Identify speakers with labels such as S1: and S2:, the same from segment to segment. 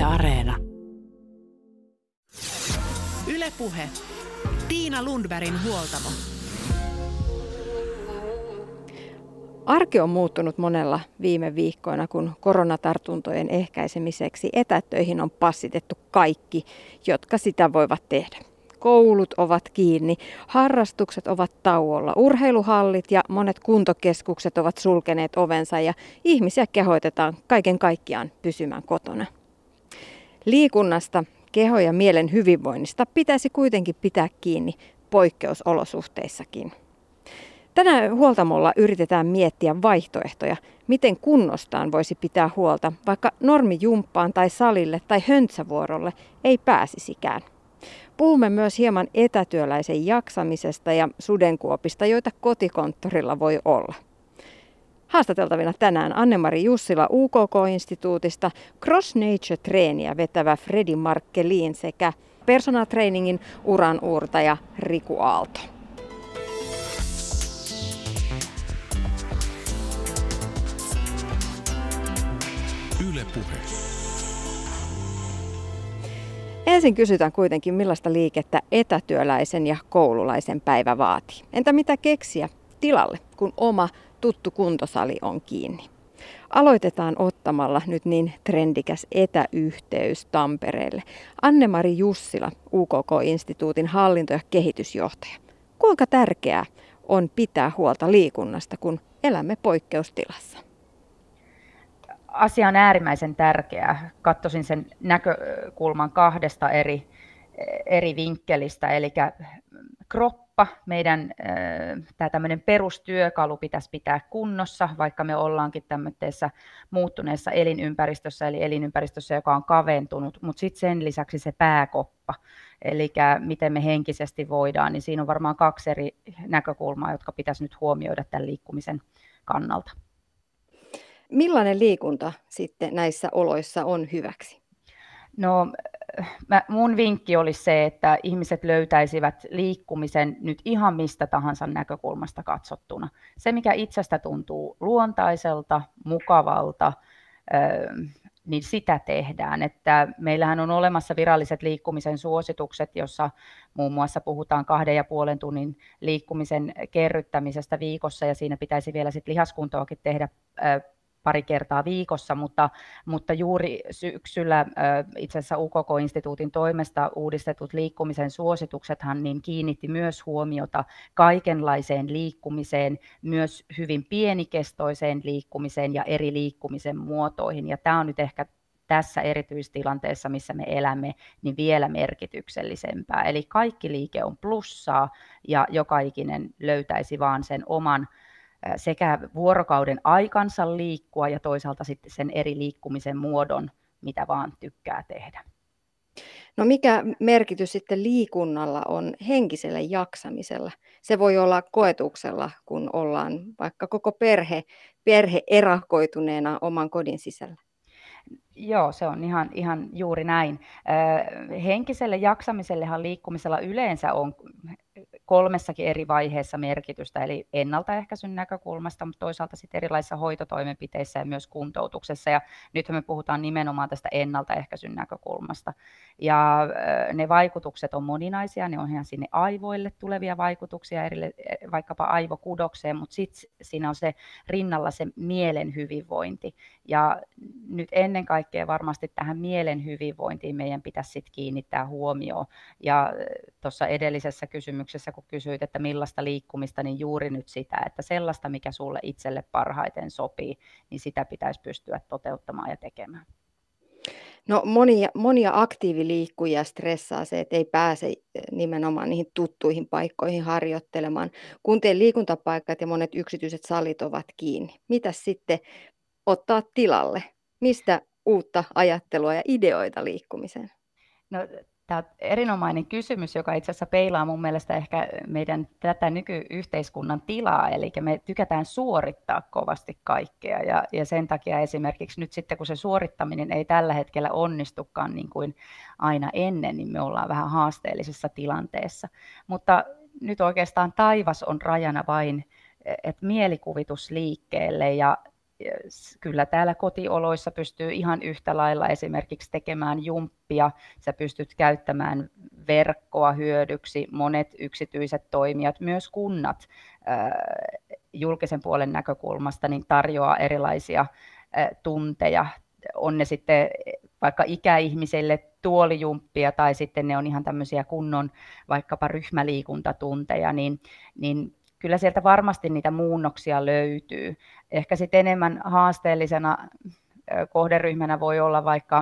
S1: Areena.
S2: Yle Puhe. Tiina Lundbergin huoltamo.
S3: Arki on muuttunut monella viime viikkoina, kun koronatartuntojen ehkäisemiseksi etätöihin on passitettu kaikki, jotka sitä voivat tehdä. Koulut ovat kiinni, harrastukset ovat tauolla, urheiluhallit ja monet kuntokeskukset ovat sulkeneet ovensa ja ihmisiä kehoitetaan kaiken kaikkiaan pysymään kotona. Liikunnasta, keho- ja mielen hyvinvoinnista pitäisi kuitenkin pitää kiinni poikkeusolosuhteissakin. Tänään huoltamolla yritetään miettiä vaihtoehtoja, miten kunnostaan voisi pitää huolta, vaikka normijumppaan tai salille tai höntsävuorolle ei pääsisikään. Puhumme myös hieman etätyöläisen jaksamisesta ja sudenkuopista, joita kotikonttorilla voi olla. Haastateltavina tänään Anne-Mari Jussila UKK-instituutista, Cross Nature-treeniä vetävä Fredi Markkelin sekä personal trainingin uranuurtaja Riku Aalto.
S4: Yle Puhe.
S3: Ensin kysytään kuitenkin, millaista liikettä etätyöläisen ja koululaisen päivä vaatii. Entä mitä keksiä tilalle, kun oma tuttu kuntosali on kiinni? Aloitetaan ottamalla nyt niin trendikäs etäyhteys Tampereelle. Anne-Mari Jussila, UKK-instituutin hallinto- ja kehitysjohtaja. Kuinka tärkeää on pitää huolta liikunnasta, kun elämme poikkeustilassa?
S5: Asia on äärimmäisen tärkeä. Katsoisin sen näkökulman kahdesta eri vinkkelistä, eli kroppa, meidän tämä tämmöinen perustyökalu pitäisi pitää kunnossa, vaikka me ollaankin tämmöisessä muuttuneessa elinympäristössä, eli elinympäristössä, joka on kaventunut, mutta sitten sen lisäksi se pääkoppa, eli miten me henkisesti voidaan, niin siinä on varmaan kaksi eri näkökulmaa, jotka pitäisi nyt huomioida tämän liikkumisen kannalta.
S3: Millainen liikunta sitten näissä oloissa on hyväksi?
S5: No, mun vinkki olisi se, että ihmiset löytäisivät liikkumisen nyt ihan mistä tahansa näkökulmasta katsottuna. Se, mikä itsestä tuntuu luontaiselta, mukavalta, niin sitä tehdään. Että meillähän on olemassa viralliset liikkumisen suositukset, jossa muun muassa puhutaan 2,5 tunnin liikkumisen kerryttämisestä viikossa, ja siinä pitäisi vielä sit lihaskuntoakin tehdä pari kertaa viikossa, mutta juuri syksyllä itse asiassa UKK-instituutin toimesta uudistetut liikkumisen suosituksethan niin kiinnitti myös huomiota kaikenlaiseen liikkumiseen, myös hyvin pienikestoiseen liikkumiseen ja eri liikkumisen muotoihin. Ja tämä on nyt ehkä tässä erityistilanteessa, missä me elämme, niin vielä merkityksellisempää. Eli kaikki liike on plussaa ja joka ikinen löytäisi vaan sen oman sekä vuorokauden aikansa liikkua ja toisaalta sitten sen eri liikkumisen muodon, mitä vaan tykkää tehdä.
S3: No mikä merkitys sitten liikunnalla on henkiselle jaksamisella? Se voi olla koetuksella, kun ollaan vaikka koko perhe erakoituneena oman kodin sisällä.
S5: Joo, se on ihan juuri näin. Henkiselle jaksamisellehan liikkumisella yleensä on kolmessakin eri vaiheessa merkitystä, eli ennaltaehkäisyn näkökulmasta, mutta toisaalta sitten erilaisissa hoitotoimenpiteissä ja myös kuntoutuksessa. Ja nyt me puhutaan nimenomaan tästä ennaltaehkäisyn näkökulmasta. Ja ne vaikutukset on moninaisia, ne on ihan sinne aivoille tulevia vaikutuksia, vaikkapa aivokudokseen, mutta sitten siinä on se rinnalla se mielen hyvinvointi. Ja nyt ennen kaikkea varmasti tähän mielen hyvinvointiin meidän pitäisi sitten kiinnittää huomioon. Ja tuossa edellisessä kysymyksessä, kun kysyit, että millaista liikkumista, niin juuri nyt sitä, että sellaista, mikä sulle itselle parhaiten sopii, niin sitä pitäisi pystyä toteuttamaan ja tekemään.
S3: No monia aktiiviliikkujia stressaa se, että ei pääse nimenomaan niihin tuttuihin paikkoihin harjoittelemaan. Kuntien liikuntapaikat ja monet yksityiset salit ovat kiinni. Mitä sitten ottaa tilalle? Mistä uutta ajattelua ja ideoita liikkumiseen?
S5: No, tämä on erinomainen kysymys, joka itse asiassa peilaa mun mielestä ehkä meidän tätä nykyyhteiskunnan tilaa, eli me tykätään suorittaa kovasti kaikkea, ja sen takia esimerkiksi nyt sitten, kun se suorittaminen ei tällä hetkellä onnistukaan niin kuin aina ennen, niin me ollaan vähän haasteellisessa tilanteessa, mutta nyt oikeastaan taivas on rajana vain, että mielikuvitus liikkeelle, ja kyllä täällä kotioloissa pystyy ihan yhtä lailla esimerkiksi tekemään jumppia, sä pystyt käyttämään verkkoa hyödyksi, monet yksityiset toimijat, myös kunnat julkisen puolen näkökulmasta niin tarjoaa erilaisia tunteja, on ne sitten vaikka ikäihmisille tuolijumppia tai sitten ne on ihan tämmöisiä kunnon vaikkapa ryhmäliikuntatunteja, niin kyllä sieltä varmasti niitä muunnoksia löytyy. Ehkä sitten enemmän haasteellisena kohderyhmänä voi olla vaikka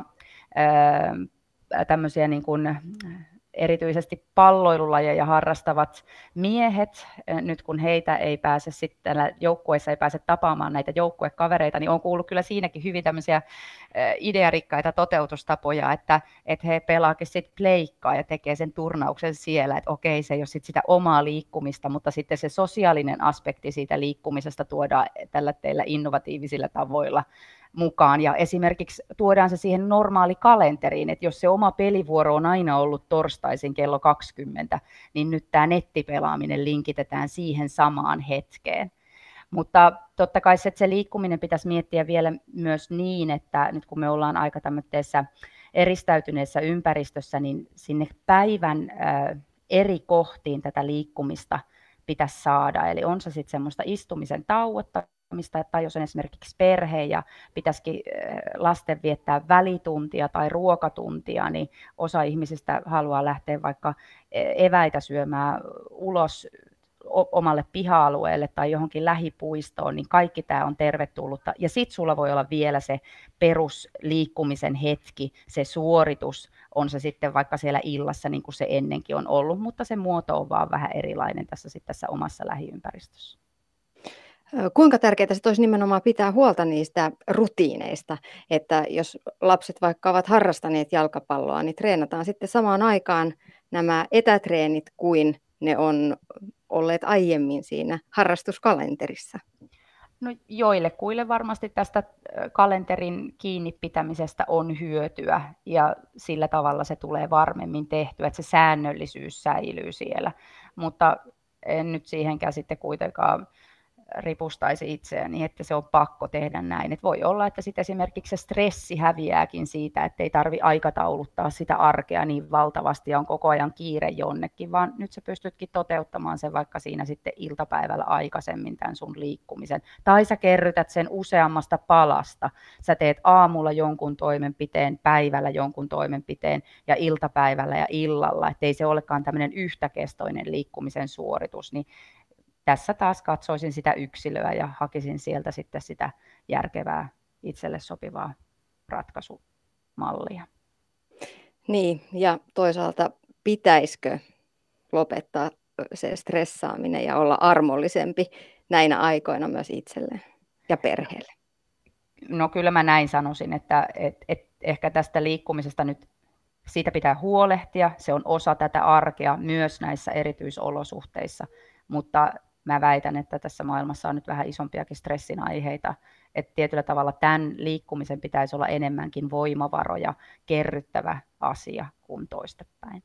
S5: tämmöisiä niin kuin erityisesti palloilulajeja harrastavat miehet, nyt kun heitä ei pääse sitten, joukkueissa ei pääse tapaamaan näitä joukkuekavereita, niin on kuullut kyllä siinäkin hyvin tämmöisiä idearikkaita toteutustapoja, että he pelaakin sitten pleikkaa ja tekee sen turnauksen siellä, että okei, se ei ole sitten sitä omaa liikkumista, mutta sitten se sosiaalinen aspekti siitä liikkumisesta tuodaan tällä teillä innovatiivisilla tavoilla mukaan ja esimerkiksi tuodaan se siihen normaali kalenteriin, että jos se oma pelivuoro on aina ollut torstaisin kello 20, niin nyt tämä nettipelaaminen linkitetään siihen samaan hetkeen. Mutta totta kai se liikkuminen pitäisi miettiä vielä myös niin, että nyt kun me ollaan aika tämmöisessä eristäytyneessä ympäristössä, niin sinne päivän eri kohtiin tätä liikkumista pitäisi saada. Eli on se sitten semmoista istumisen tauottamista, tai jos on esimerkiksi perhe ja pitäisikin lasten viettää välituntia tai ruokatuntia, niin osa ihmisistä haluaa lähteä vaikka eväitä syömään ulos omalle piha-alueelle tai johonkin lähipuistoon, niin kaikki tämä on tervetullutta. Ja sitten sulla voi olla vielä se perusliikkumisen hetki, se suoritus, on se sitten vaikka siellä illassa niin kuin se ennenkin on ollut, mutta se muoto on vaan vähän erilainen tässä omassa lähiympäristössä.
S3: Kuinka tärkeää se olisi nimenomaan pitää huolta niistä rutiineista, että jos lapset vaikka ovat harrastaneet jalkapalloa, niin treenataan sitten samaan aikaan nämä etätreenit kuin ne on olleet aiemmin siinä harrastuskalenterissa?
S5: No joillekuille varmasti tästä kalenterin kiinni pitämisestä on hyötyä ja sillä tavalla se tulee varmemmin tehtyä, että se säännöllisyys säilyy siellä, mutta en nyt siihenkään sitten kuitenkaan ripustaisi itseäni, että se on pakko tehdä näin. Et voi olla, että sit esimerkiksi se stressi häviääkin siitä, että ei tarvitse aikatauluttaa sitä arkea niin valtavasti ja on koko ajan kiire jonnekin, vaan nyt sä pystytkin toteuttamaan sen vaikka siinä sitten iltapäivällä aikaisemmin tämän sun liikkumisen. Tai sä kerrytät sen useammasta palasta. Sä teet aamulla jonkun toimenpiteen, päivällä jonkun toimenpiteen ja iltapäivällä ja illalla, ettei se olekaan tämmöinen yhtäkestoinen liikkumisen suoritus, niin tässä taas katsoisin sitä yksilöä ja hakisin sieltä sitten sitä järkevää itselle sopivaa ratkaisumallia.
S3: Niin, ja toisaalta pitäisikö lopettaa se stressaaminen ja olla armollisempi näinä aikoina myös itselleen ja perheelle?
S5: No kyllä mä näin sanoisin, että ehkä tästä liikkumisesta nyt siitä pitää huolehtia. Se on osa tätä arkea myös näissä erityisolosuhteissa, mutta mä väitän, että tässä maailmassa on nyt vähän isompiakin stressin aiheita, että tietyllä tavalla tämän liikkumisen pitäisi olla enemmänkin voimavaroja kerryttävä asia kuin toistepäin.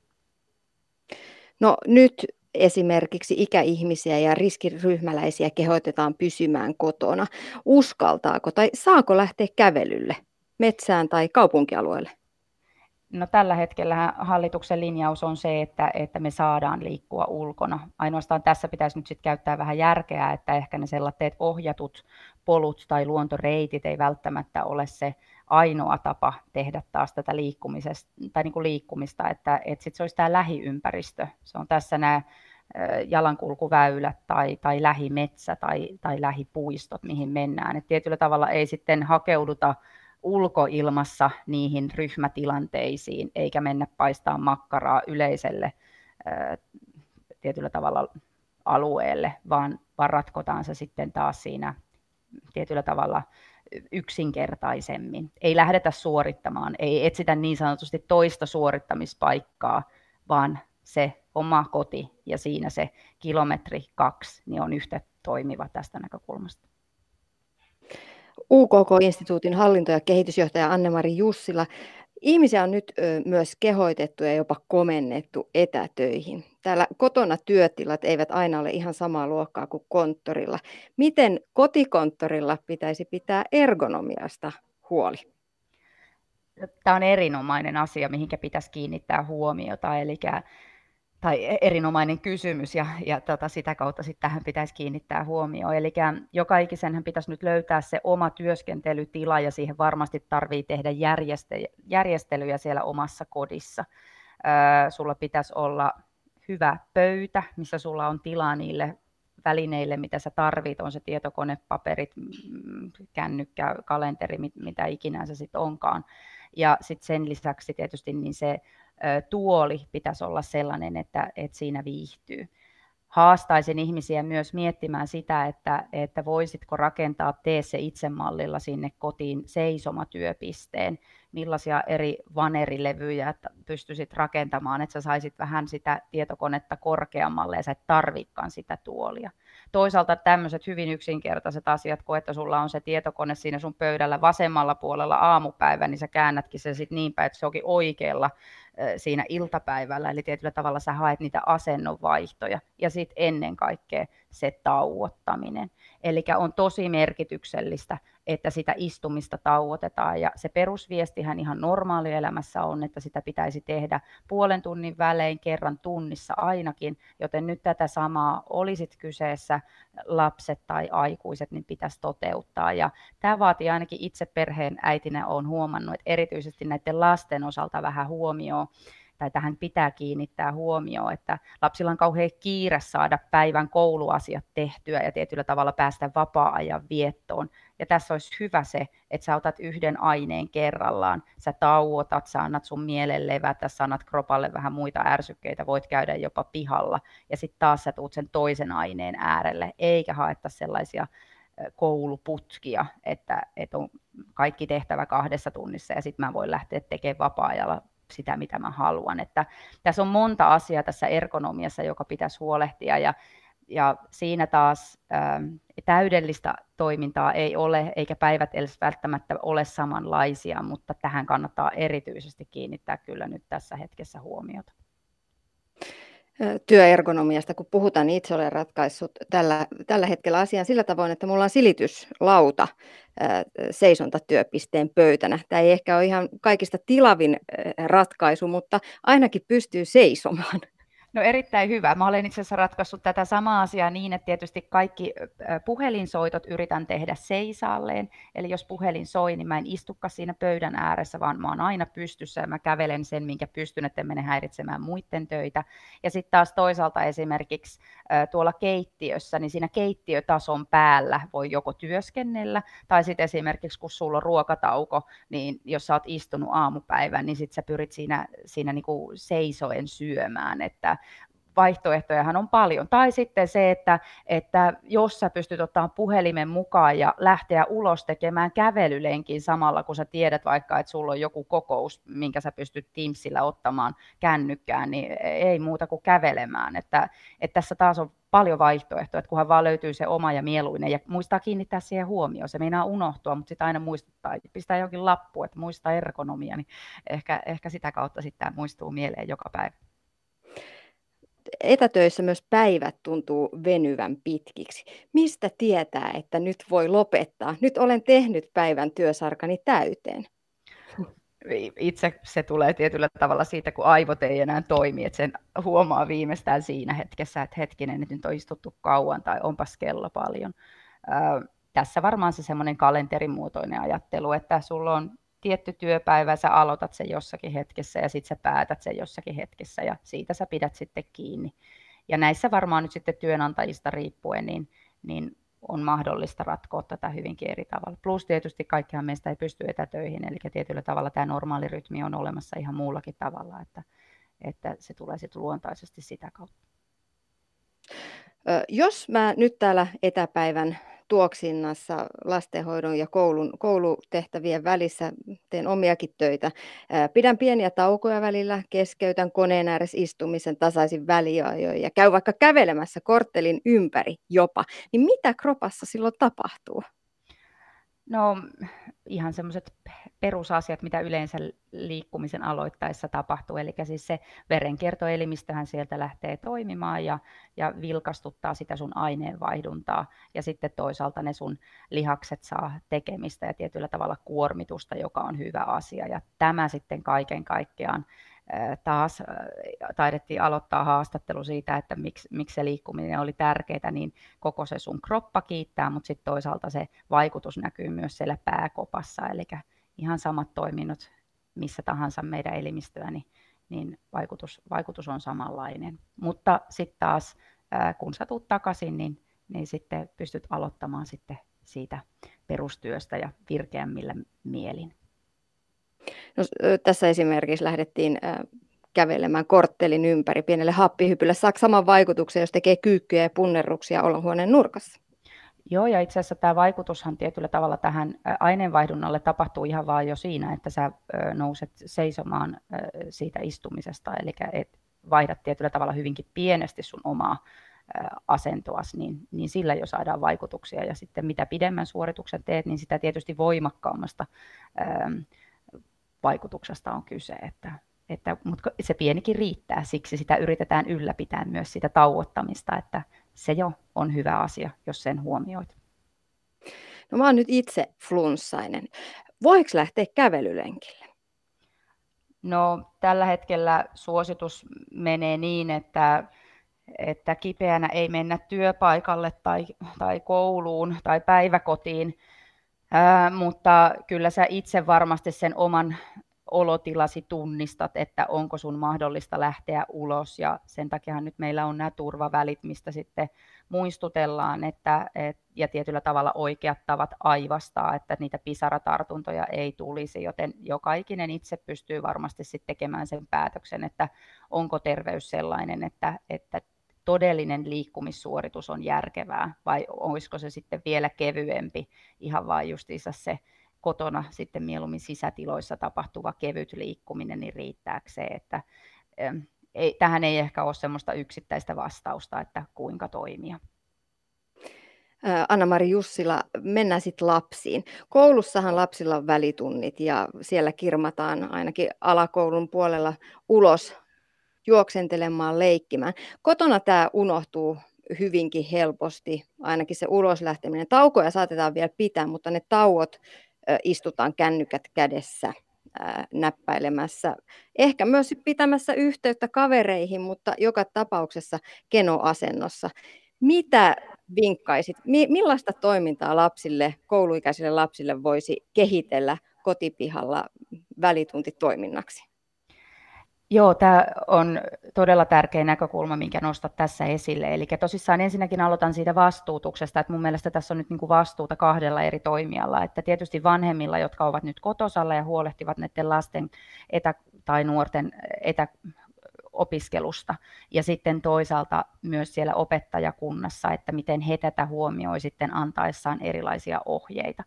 S3: No nyt esimerkiksi ikäihmisiä ja riskiryhmäläisiä kehotetaan pysymään kotona. Uskaltaako tai saako lähteä kävelylle metsään tai kaupunkialueelle?
S5: No tällä hetkellä hallituksen linjaus on se, että me saadaan liikkua ulkona. Ainoastaan tässä pitäisi nyt sitten käyttää vähän järkeä, että ehkä ne sellaiset ohjatut polut tai luontoreitit ei välttämättä ole se ainoa tapa tehdä taas tätä liikkumista, että sitten se olisi tämä lähiympäristö. Se on tässä nämä jalankulkuväylät tai lähimetsä tai lähipuistot, mihin mennään. Et tietyllä tavalla ei sitten hakeuduta ulkoilmassa niihin ryhmätilanteisiin, eikä mennä paistaa makkaraa yleiselle tietyllä tavalla alueelle, vaan ratkotaan se sitten taas siinä tietyllä tavalla yksinkertaisemmin. Ei lähdetä suorittamaan, ei etsitä niin sanotusti toista suorittamispaikkaa, vaan se oma koti ja siinä se 1-2 kilometriä niin on yhtä toimiva tästä näkökulmasta.
S3: UKK-instituutin hallinto- ja kehitysjohtaja Anne-Mari Jussila, Ihmisiä on nyt myös kehoitettu ja jopa komennettu etätöihin. Täällä kotona työtilat eivät aina ole ihan samaa luokkaa kuin konttorilla. Miten kotikonttorilla pitäisi pitää ergonomiasta huoli?
S5: Tämä on erinomainen asia, mihinkä pitäisi kiinnittää huomiota, tai erinomainen kysymys, ja sitä kautta sitten tähän pitäisi kiinnittää huomioon. Eli joka ikisenhän pitäisi nyt löytää se oma työskentelytila, ja siihen varmasti tarvitsee tehdä järjestelyjä siellä omassa kodissa. Sulla pitäisi olla hyvä pöytä, missä sulla on tilaa niille välineille, mitä sä tarvit, on se tietokone, paperit, kännykkä, kalenteri, mitä ikinä se sitten onkaan. Ja sitten sen lisäksi tietysti niin se tuoli pitäisi olla sellainen, että siinä viihtyy. Haastaisin ihmisiä myös miettimään sitä, että voisitko rakentaa tee se itse mallilla sinne kotiin seisomatyöpisteen, millaisia eri vanerilevyjä pystyisit rakentamaan, että sä saisit vähän sitä tietokonetta korkeammalle ja sä et tarvikaan sitä tuolia. Toisaalta tämmöiset hyvin yksinkertaiset asiat, kun että sulla on se tietokone siinä sun pöydällä vasemmalla puolella aamupäivä, niin sä käännätkin sen sitten niin päin, että se onkin oikealla siinä iltapäivällä, eli tietyllä tavalla sä haet niitä asennonvaihtoja, ja sitten ennen kaikkea se tauottaminen. Eli on tosi merkityksellistä, että sitä istumista tauotetaan, ja se perusviestihän ihan normaalielämässä on, että sitä pitäisi tehdä puolen tunnin välein kerran tunnissa ainakin, joten nyt tätä samaa, olisit kyseessä lapset tai aikuiset, niin pitäisi toteuttaa, ja tämä vaatii ainakin itse perheen äitinä olen huomannut, että erityisesti näiden lasten osalta vähän huomioon, tai tähän pitää kiinnittää huomioon, että lapsilla on kauhean kiire saada päivän kouluasiat tehtyä ja tietyllä tavalla päästä vapaa-ajan viettoon. Ja tässä olisi hyvä se, että sä otat yhden aineen kerrallaan, sä tauotat, sä annat sun mielen levätä, sä annat kropalle vähän muita ärsykkeitä, voit käydä jopa pihalla, ja sitten taas sä tuut sen toisen aineen äärelle, eikä haeta sellaisia kouluputkia, että on kaikki tehtävä 2 tunnissa ja sitten mä voin lähteä tekemään vapaa-ajalla sitä, mitä mä haluan. Että tässä on monta asiaa tässä ergonomiassa, joka pitäisi huolehtia, ja siinä taas täydellistä toimintaa ei ole, eikä päivät edes välttämättä ole samanlaisia, mutta tähän kannattaa erityisesti kiinnittää kyllä nyt tässä hetkessä huomiota.
S3: Työergonomiasta, kun puhutaan, niin itse olen ratkaissut tällä hetkellä asian sillä tavoin, että mulla on silityslauta seisontatyöpisteen pöytänä. Tämä ei ehkä ole ihan kaikista tilavin ratkaisu, mutta ainakin pystyy seisomaan.
S5: No erittäin hyvä. Mä olen itse asiassa ratkaissut tätä samaa asiaa niin, että tietysti kaikki puhelinsoitot yritän tehdä seisaalleen. Eli jos puhelin soi, niin mä en istukaan siinä pöydän ääressä, vaan mä oon aina pystyssä ja mä kävelen sen, minkä pystyn, että mene häiritsemään muiden töitä. Ja sitten taas toisaalta esimerkiksi tuolla keittiössä, niin siinä keittiötason päällä voi joko työskennellä, tai sitten esimerkiksi kun sulla on ruokatauko, niin jos sä oot istunut aamupäivän, niin sitten sä pyrit siinä niin kuin seisoen syömään, että vaihtoehtojahan on paljon. Tai sitten se, että jos sä pystyt ottamaan puhelimen mukaan ja lähteä ulos tekemään kävelylenkin samalla, kun sä tiedät vaikka, että sulla on joku kokous, minkä sä pystyt Teamsillä ottamaan kännykkään, niin ei muuta kuin kävelemään. Että tässä taas on paljon vaihtoehtoja, että kunhan vaan löytyy se oma ja mieluinen ja muistaa kiinnittää siihen huomioon. Se meinaa unohtua, mutta sitten aina muistuttaa, pistää jokin lappu, että muistaa ergonomia, niin ehkä sitä kautta sitten tämä muistuu mieleen joka päivä.
S3: Etätöissä myös päivät tuntuu venyvän pitkiksi. Mistä tietää, että nyt voi lopettaa? Nyt olen tehnyt päivän työsarkani täyteen.
S5: Itse se tulee tietyllä tavalla siitä, kun aivot ei enää toimi, että sen huomaa viimeistään siinä hetkessä, että hetkinen, nyt on istuttu kauan tai onpas kello paljon. Tässä varmaan se semmoinen kalenterimuotoinen ajattelu, että sulla on tietty työpäivä, sä aloitat sen jossakin hetkessä ja sitten sä päätät sen jossakin hetkessä ja siitä sä pidät sitten kiinni. Ja näissä varmaan nyt sitten työnantajista riippuen, niin on mahdollista ratkoa tätä hyvinkin eri tavalla. Plus tietysti kaikkihan meistä ei pysty etätöihin, eli tietyllä tavalla tämä normaali rytmi on olemassa ihan muullakin tavalla, että se tulee sitten luontaisesti sitä kautta.
S3: Jos mä nyt täällä etäpäivän tuoksinnassa lastenhoidon ja koulutehtävien välissä teen omiakin töitä, pidän pieniä taukoja välillä, keskeytän koneen ääressä istumisen tasaisin väliajoin ja käy vaikka kävelemässä korttelin ympäri jopa, niin mitä kropassa silloin tapahtuu?
S5: No ihan semmoiset perusasiat, mitä yleensä liikkumisen aloittaessa tapahtuu. Eli siis se verenkiertoelimistöhän sieltä lähtee toimimaan ja vilkastuttaa sitä sun aineenvaihduntaa. Ja sitten toisaalta ne sun lihakset saa tekemistä ja tietyllä tavalla kuormitusta, joka on hyvä asia. Ja tämä sitten kaiken kaikkiaan taas taidettiin aloittaa haastattelu siitä, että miksi se liikkuminen oli tärkeää, niin koko se sun kroppa kiittää, mutta sitten toisaalta se vaikutus näkyy myös siellä pääkopassa, eli ihan samat toiminnot missä tahansa meidän elimistöä, niin vaikutus on samanlainen. Mutta sitten taas, kun sä tuut takaisin, niin sitten pystyt aloittamaan sitten siitä perustyöstä ja virkeämmillä mielin.
S3: No, tässä esimerkiksi lähdettiin kävelemään korttelin ympäri pienelle happihypylle. Saako saman vaikutuksen, jos tekee kyykkyjä ja punnerruksia olohuoneen nurkassa?
S5: Joo, ja itse asiassa tämä vaikutushan tietyllä tavalla tähän aineenvaihdunnalle tapahtuu ihan vaan jo siinä, että sä nouset seisomaan siitä istumisesta, eli vaihdat tietyllä tavalla hyvinkin pienesti sun omaa asentoas, niin sillä jo saadaan vaikutuksia. Ja sitten mitä pidemmän suorituksen teet, niin sitä tietysti voimakkaammasta vaikutuksesta on kyse, mutta se pienikin riittää, siksi sitä yritetään ylläpitää myös sitä tauottamista, että se jo on hyvä asia, jos sen huomioit.
S3: No mä oon nyt itse flunssainen. Voiko lähteä kävelylenkille?
S5: No tällä hetkellä suositus menee niin, että kipeänä ei mennä työpaikalle tai kouluun tai päiväkotiin, mutta kyllä sä itse varmasti sen oman olotilasi tunnistat, että onko sun mahdollista lähteä ulos, ja sen takia nyt meillä on nämä turvavälit, mistä sitten muistutellaan, ja tietyllä tavalla oikeat tavat aivastaa, että niitä pisaratartuntoja ei tulisi, joten joka ikinen itse pystyy varmasti sitten tekemään sen päätöksen, että onko terveys sellainen, että todellinen liikkumissuoritus on järkevää, vai olisiko se sitten vielä kevyempi, ihan vain justiinsa se kotona sitten mieluummin sisätiloissa tapahtuva kevyt liikkuminen, niin riittääkö se, että tähän ei ehkä ole semmoista yksittäistä vastausta, että kuinka toimia.
S3: Anna-Mari Jussila, mennään sitten lapsiin. Koulussahan lapsilla on välitunnit ja siellä kirmataan ainakin alakoulun puolella ulos juoksentelemaan, leikkimään. Kotona tämä unohtuu hyvinkin helposti, ainakin se uloslähteminen. Taukoja saatetaan vielä pitää, mutta ne tauot istutaan kännykät kädessä näppäilemässä. Ehkä myös pitämässä yhteyttä kavereihin, mutta joka tapauksessa kenoasennossa. Mitä vinkkaisit? Millaista toimintaa lapsille, kouluikäisille lapsille voisi kehitellä kotipihalla välituntitoiminnaksi?
S5: Joo, tämä on todella tärkeä näkökulma, minkä nostat tässä esille. Eli tosissaan ensinnäkin aloitan siitä vastuutuksesta, että mun mielestä tässä on nyt niin kuin vastuuta kahdella eri toimijalla. Että tietysti vanhemmilla, jotka ovat nyt kotosalla ja huolehtivat näiden lasten tai nuorten etäopiskelusta. Ja sitten toisaalta myös siellä opettajakunnassa, että miten he tätä huomioi sitten antaessaan erilaisia ohjeita.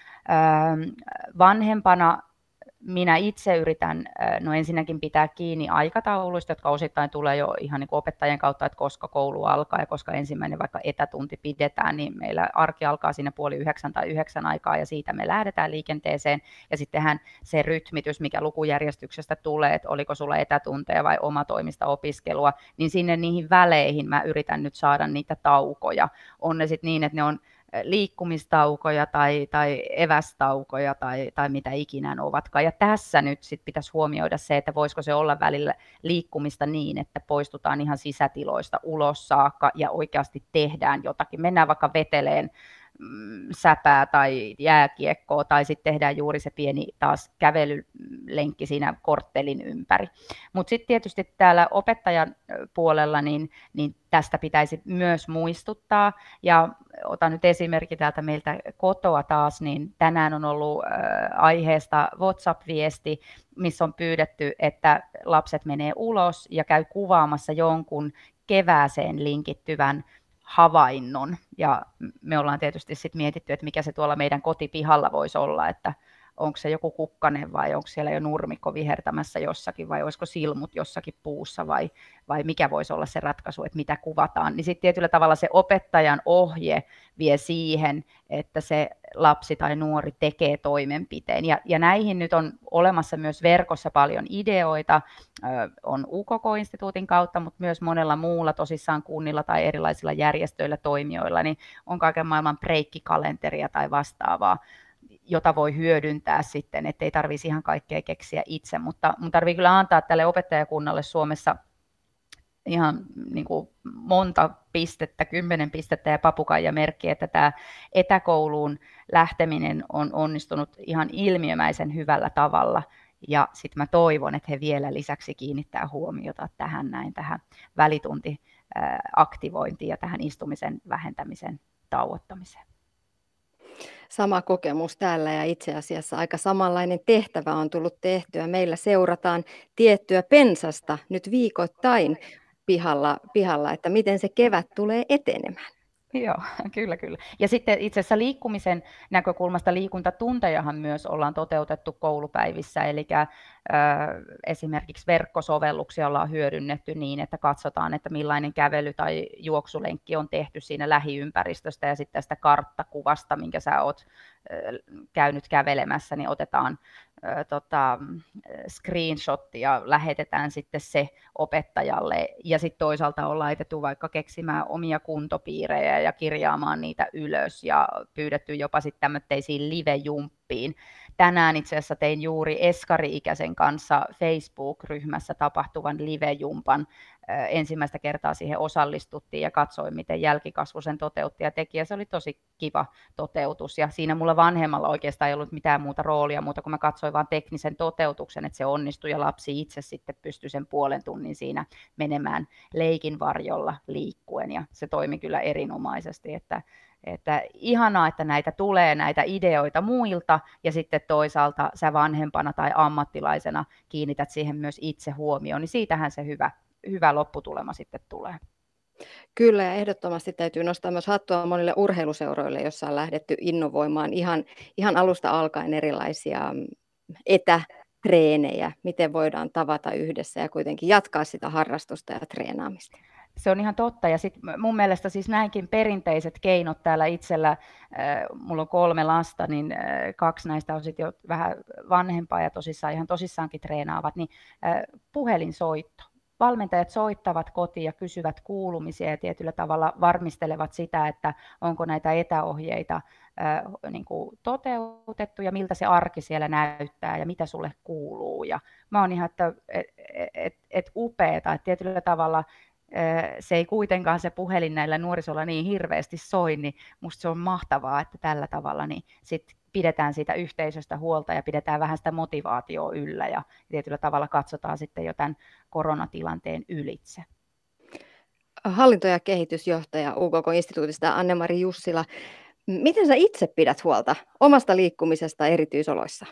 S5: Vanhempana minä itse yritän ensinnäkin pitää kiinni aikatauluista, jotka osittain tulee jo ihan niin kuin opettajien kautta, että koska koulu alkaa ja koska ensimmäinen vaikka etätunti pidetään, niin meillä arki alkaa siinä 8:30 tai 9 aikaa ja siitä me lähdetään liikenteeseen. Ja sittenhän se rytmitys, mikä lukujärjestyksestä tulee, että oliko sulla etätunteja vai omatoimista opiskelua, niin sinne niihin väleihin mä yritän nyt saada niitä taukoja. On ne sitten niin, että ne on liikkumistaukoja tai evästaukoja tai mitä ikinä ovatkaan. Ja tässä nyt sit pitäisi huomioida se, että voisiko se olla välillä liikkumista niin, että poistutaan ihan sisätiloista ulos saakka ja oikeasti tehdään jotakin. Mennään vaikka veteleen säpää tai jääkiekkoa tai sitten tehdään juuri se pieni taas kävelylenkki siinä korttelin ympäri. Mutta sitten tietysti täällä opettajan puolella niin tästä pitäisi myös muistuttaa ja otan nyt esimerkki täältä meiltä kotoa taas, niin tänään on ollut aiheesta WhatsApp-viesti, missä on pyydetty, että lapset menee ulos ja käy kuvaamassa jonkun kevääseen linkittyvän havainnon. Ja me ollaan tietysti sitten mietitty, että mikä se tuolla meidän kotipihalla voisi olla, että onko se joku kukkanen vai onko siellä jo nurmikko vihertämässä jossakin vai olisiko silmut jossakin puussa vai mikä voisi olla se ratkaisu, että mitä kuvataan, niin sitten tietyllä tavalla se opettajan ohje vie siihen, että se lapsi tai nuori tekee toimenpiteen. Ja näihin nyt on olemassa myös verkossa paljon ideoita, on UKK-instituutin kautta, mutta myös monella muulla tosissaan kunnilla tai erilaisilla järjestöillä, toimijoilla, niin on kaiken maailman breikkikalenteria tai vastaavaa, jota voi hyödyntää sitten, ettei tarvitsisi ihan kaikkea keksiä itse, mutta mun tarvii kyllä antaa tälle opettajakunnalle Suomessa ihan niin kuin monta pistettä, 10 pistettä ja papukaijamerkkiä, että tämä etäkouluun lähteminen on onnistunut ihan ilmiömäisen hyvällä tavalla. Ja sitten mä toivon, että he vielä lisäksi kiinnittää huomiota tähän välituntiaktivointiin ja tähän istumisen vähentämisen tauottamiseen.
S3: Sama kokemus täällä ja itse asiassa aika samanlainen tehtävä on tullut tehtyä. Meillä seurataan tiettyä pensasta nyt viikoittain pihalla, että miten se kevät tulee etenemään.
S5: Joo, kyllä. Ja sitten itse asiassa liikkumisen näkökulmasta liikuntatuntejahan myös ollaan toteutettu koulupäivissä, eli esimerkiksi verkkosovelluksia ollaan hyödynnetty niin, että katsotaan, että millainen kävely- tai juoksulenkki on tehty siinä lähiympäristöstä ja sitten tästä karttakuvasta, minkä sä oot käynyt kävelemässä, niin otetaan screenshot ja lähetetään sitten se opettajalle ja sitten toisaalta on laitettu vaikka keksimään omia kuntopiirejä ja kirjaamaan niitä ylös ja pyydetty jopa sitten tämmöisiin live-jumppiin. Tänään itse asiassa tein juuri eskari-ikäisen kanssa Facebook-ryhmässä tapahtuvan live-jumpan. Ensimmäistä kertaa siihen osallistuttiin ja katsoin, miten jälkikasvu sen toteutti ja teki. Ja se oli tosi kiva toteutus. Ja siinä mulla vanhemmalla oikeastaan ei ollut mitään muuta roolia, muuta kuin mä katsoin vain teknisen toteutuksen, että se onnistui ja lapsi itse sitten pystyi sen puolen tunnin siinä menemään leikin varjolla liikkuen. Ja se toimi kyllä erinomaisesti, että ihanaa, että näitä tulee, näitä ideoita muilta, ja sitten toisaalta sä vanhempana tai ammattilaisena kiinnität siihen myös itse huomioon, niin siitähän se hyvä lopputulema sitten tulee.
S3: Kyllä, ja ehdottomasti täytyy nostaa myös hattua monille urheiluseuroille, joissa on lähdetty innovoimaan ihan alusta alkaen erilaisia etätreenejä, miten voidaan tavata yhdessä ja kuitenkin jatkaa sitä harrastusta ja treenaamista.
S5: Se on ihan totta, ja sit mun mielestä siis näinkin perinteiset keinot täällä itsellä, mulla on 3 lasta, niin 2 näistä on sitten jo vähän vanhempaa ja ihan tosissaankin treenaavat, niin puhelinsoitto. Valmentajat soittavat kotiin ja kysyvät kuulumisia ja tietyllä tavalla varmistelevat sitä, että onko näitä etäohjeita niin kuin toteutettu ja miltä se arki siellä näyttää ja mitä sulle kuuluu. Ja mä oon ihan, että upeeta, että tietyllä tavalla se ei kuitenkaan se puhelin näillä nuorisolla niin hirveästi soi, niin musta se on mahtavaa, että tällä tavalla niin sit pidetään siitä yhteisöstä huolta ja pidetään vähän sitä motivaatiota yllä ja tietyllä tavalla katsotaan sitten jo tämän koronatilanteen ylitse.
S3: Hallinto- ja kehitysjohtaja UKK-instituutista Anne-Mari Jussila, miten sä itse pidät huolta omasta liikkumisesta erityisoloissa?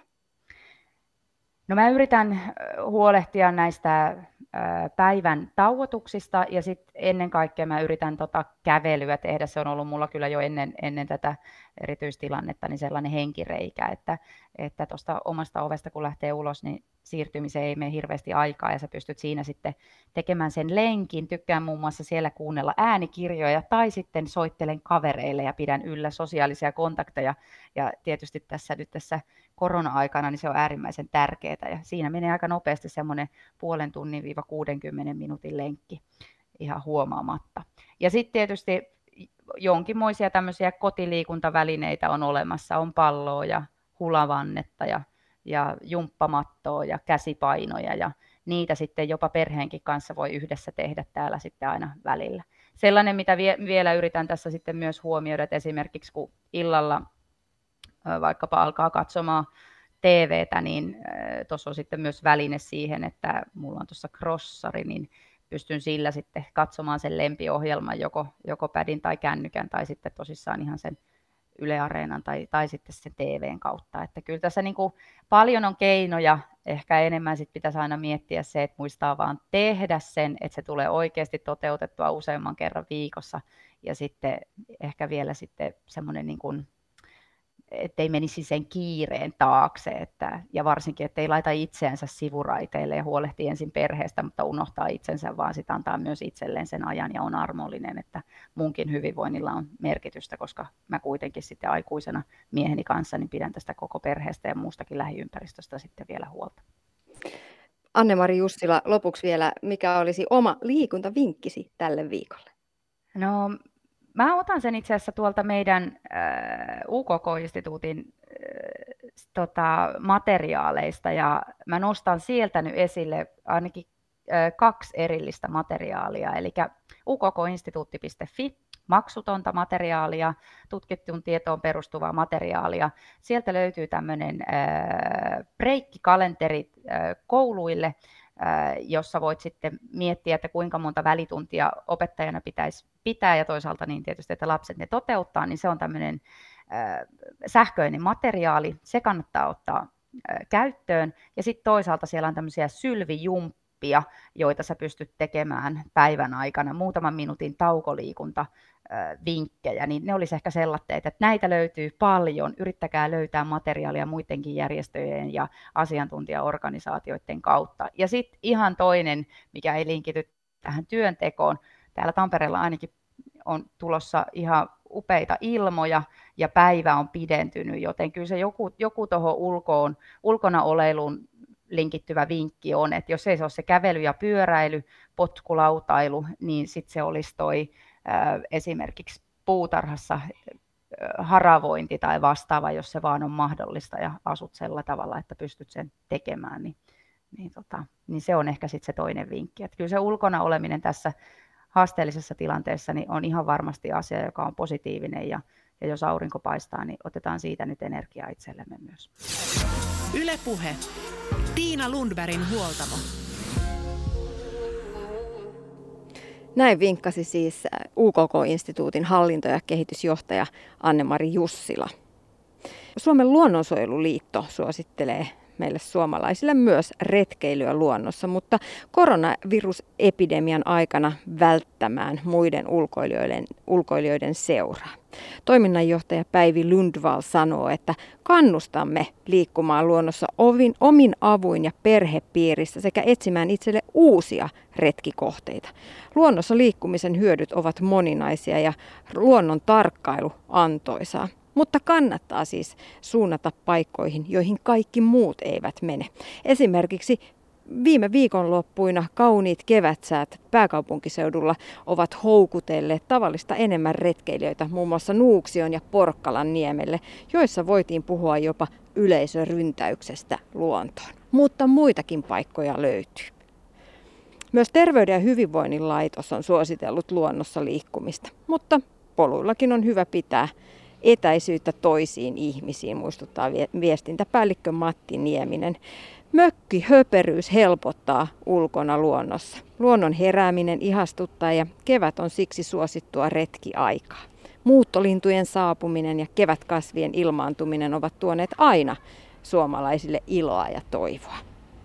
S5: No mä yritän huolehtia näistä päivän tauotuksista ja sitten ennen kaikkea mä yritän kävelyä tehdä. Se on ollut mulla kyllä jo ennen tätä erityistilannetta niin sellainen henkireikä, että tuosta omasta ovesta kun lähtee ulos, niin siirtymiseen ei mene hirveästi aikaa ja sä pystyt siinä sitten tekemään sen lenkin. Tykkään muun muassa siellä kuunnella äänikirjoja tai sitten soittelen kavereille ja pidän yllä sosiaalisia kontakteja. Ja tietysti tässä korona-aikana niin se on äärimmäisen tärkeää ja siinä menee aika nopeasti semmoinen 0,5 tunnin - 60 minuutin lenkki ihan huomaamatta. Ja sitten tietysti jonkinmoisia tämmöisiä kotiliikuntavälineitä on olemassa, on palloa ja hulavannetta ja jumppamattoa ja käsipainoja ja niitä sitten jopa perheenkin kanssa voi yhdessä tehdä täällä sitten aina välillä. Sellainen, mitä vielä yritän tässä sitten myös huomioida, että esimerkiksi kun illalla vaikkapa alkaa katsomaan TVtä, niin tuossa on sitten myös väline siihen, että mulla on tuossa crossari, niin pystyn sillä sitten katsomaan sen lempiohjelman joko pädin tai kännykän tai sitten tosissaan ihan sen Yle Areenan tai sitten sen TVn kautta. Että kyllä tässä niin kuin paljon on keinoja, ehkä enemmän sit pitäisi aina miettiä se, että muistaa vaan tehdä sen, että se tulee oikeasti toteutettua useamman kerran viikossa ja sitten ehkä vielä sitten semmoinen niin kuin ettei menisi sen kiireen taakse, ja varsinkin, ettei laita itseänsä sivuraiteille ja huolehtii ensin perheestä, mutta unohtaa itsensä, vaan sitä antaa myös itselleen sen ajan ja on armollinen, että munkin hyvinvoinnilla on merkitystä, koska mä kuitenkin sitten aikuisena mieheni kanssa niin pidän tästä koko perheestä ja muustakin lähiympäristöstä sitten vielä huolta.
S3: Anne-Mari Jussila, lopuksi vielä, mikä olisi oma liikuntavinkkisi tälle viikolle?
S5: No, mä otan sen itse asiassa tuolta meidän UKK-instituutin materiaaleista ja mä nostan sieltä nyt esille ainakin 2 erillistä materiaalia, eli ukkinstituutti.fi, maksutonta materiaalia, tutkittuun tietoon perustuvaa materiaalia. Sieltä löytyy tämmöinen breikkikalenteri kouluille, jossa voit sitten miettiä, että kuinka monta välituntia opettajana pitäisi pitää ja toisaalta niin tietysti, että lapset ne toteuttaa, niin se on tämmöinen sähköinen materiaali, se kannattaa ottaa käyttöön ja sitten toisaalta siellä on tämmöisiä sylvijumppia, joita sä pystyt tekemään päivän aikana, muutaman minuutin taukoliikuntavinkkejä, niin ne olisi ehkä sellaiset, että näitä löytyy paljon, yrittäkää löytää materiaalia muidenkin järjestöjen ja asiantuntijaorganisaatioiden kautta. Ja sitten ihan toinen, mikä ei linkity tähän työntekoon, täällä Tampereella ainakin on tulossa ihan upeita ilmoja ja päivä on pidentynyt, joten kyllä se joku tuohon ulkona oleiluun linkittyvä vinkki on, että jos ei se ole se kävely ja pyöräily, potkulautailu, niin sitten se olisi esimerkiksi puutarhassa haravointi tai vastaava, jos se vaan on mahdollista ja asut sillä tavalla, että pystyt sen tekemään, niin se on ehkä sitten se toinen vinkki. Että kyllä se ulkona oleminen tässä haasteellisessa tilanteessa niin on ihan varmasti asia, joka on positiivinen ja jos aurinko paistaa, niin otetaan siitä nyt energiaa itsellemme myös.
S2: Yle Puhe. Tiina Lundbergin huoltamo.
S3: Näin vinkkasi siis UKK-instituutin hallinto- ja kehitysjohtaja Anne-Mari Jussila. Suomen luonnonsuojeluliitto suosittelee meille suomalaisille myös retkeilyä luonnossa, mutta koronavirusepidemian aikana välttämään muiden ulkoilijoiden seuraa. Toiminnanjohtaja Päivi Lundvall sanoo, että kannustamme liikkumaan luonnossa omin avuin ja perhepiirissä sekä etsimään itselle uusia retkikohteita. Luonnossa liikkumisen hyödyt ovat moninaisia ja luonnon tarkkailu antoisaa. Mutta kannattaa siis suunnata paikkoihin, joihin kaikki muut eivät mene. Esimerkiksi viime viikonloppuina kauniit kevätsäät pääkaupunkiseudulla ovat houkutelleet tavallista enemmän retkeilijöitä muun muassa Nuuksion ja Porkkalan niemelle, joissa voitiin puhua jopa yleisöryntäyksestä luontoon. Mutta muitakin paikkoja löytyy. Myös Terveyden ja hyvinvoinnin laitos on suositellut luonnossa liikkumista, mutta poluillakin on hyvä pitää etäisyyttä toisiin ihmisiin, muistuttaa viestintäpäällikkö Matti Nieminen. Mökkihöperyys helpottaa ulkona luonnossa. Luonnon herääminen ihastuttaa ja kevät on siksi suosittua retkiaikaa. Muuttolintujen saapuminen ja kevätkasvien ilmaantuminen ovat tuoneet aina suomalaisille iloa ja toivoa.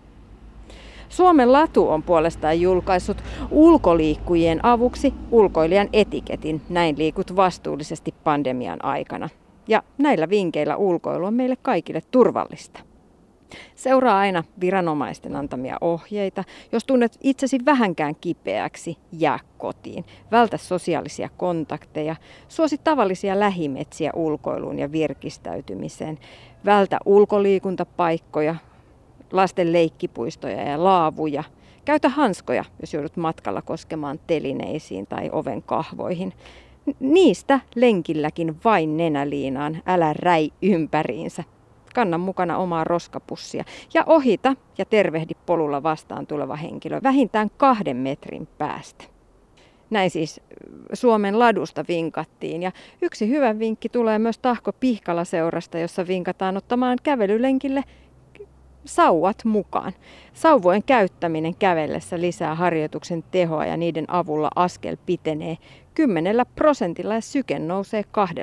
S3: Suomen Latu on puolestaan julkaissut ulkoliikkujien avuksi ulkoilijan etiketin. Näin liikut vastuullisesti pandemian aikana. Ja näillä vinkeillä ulkoilu on meille kaikille turvallista. Seuraa aina viranomaisten antamia ohjeita. Jos tunnet itsesi vähänkään kipeäksi, jää kotiin. Vältä sosiaalisia kontakteja. Suosi tavallisia lähimetsiä ulkoiluun ja virkistäytymiseen. Vältä ulkoliikuntapaikkoja, lasten leikkipuistoja ja laavuja. Käytä hanskoja, jos joudut matkalla koskemaan telineisiin tai oven kahvoihin. Niistä lenkilläkin vain nenäliinaan, älä räi ympäriinsä. Kanna mukana omaa roskapussia ja ohita ja tervehdi polulla vastaan tuleva henkilö vähintään 2 metrin päästä. Näin siis Suomen Ladusta vinkattiin ja yksi hyvä vinkki tulee myös Tahko Pihkala-seurasta, jossa vinkataan ottamaan kävelylenkille sauvat mukaan. Sauvojen käyttäminen kävellessä lisää harjoituksen tehoa ja niiden avulla askel pitenee 10% ja syke nousee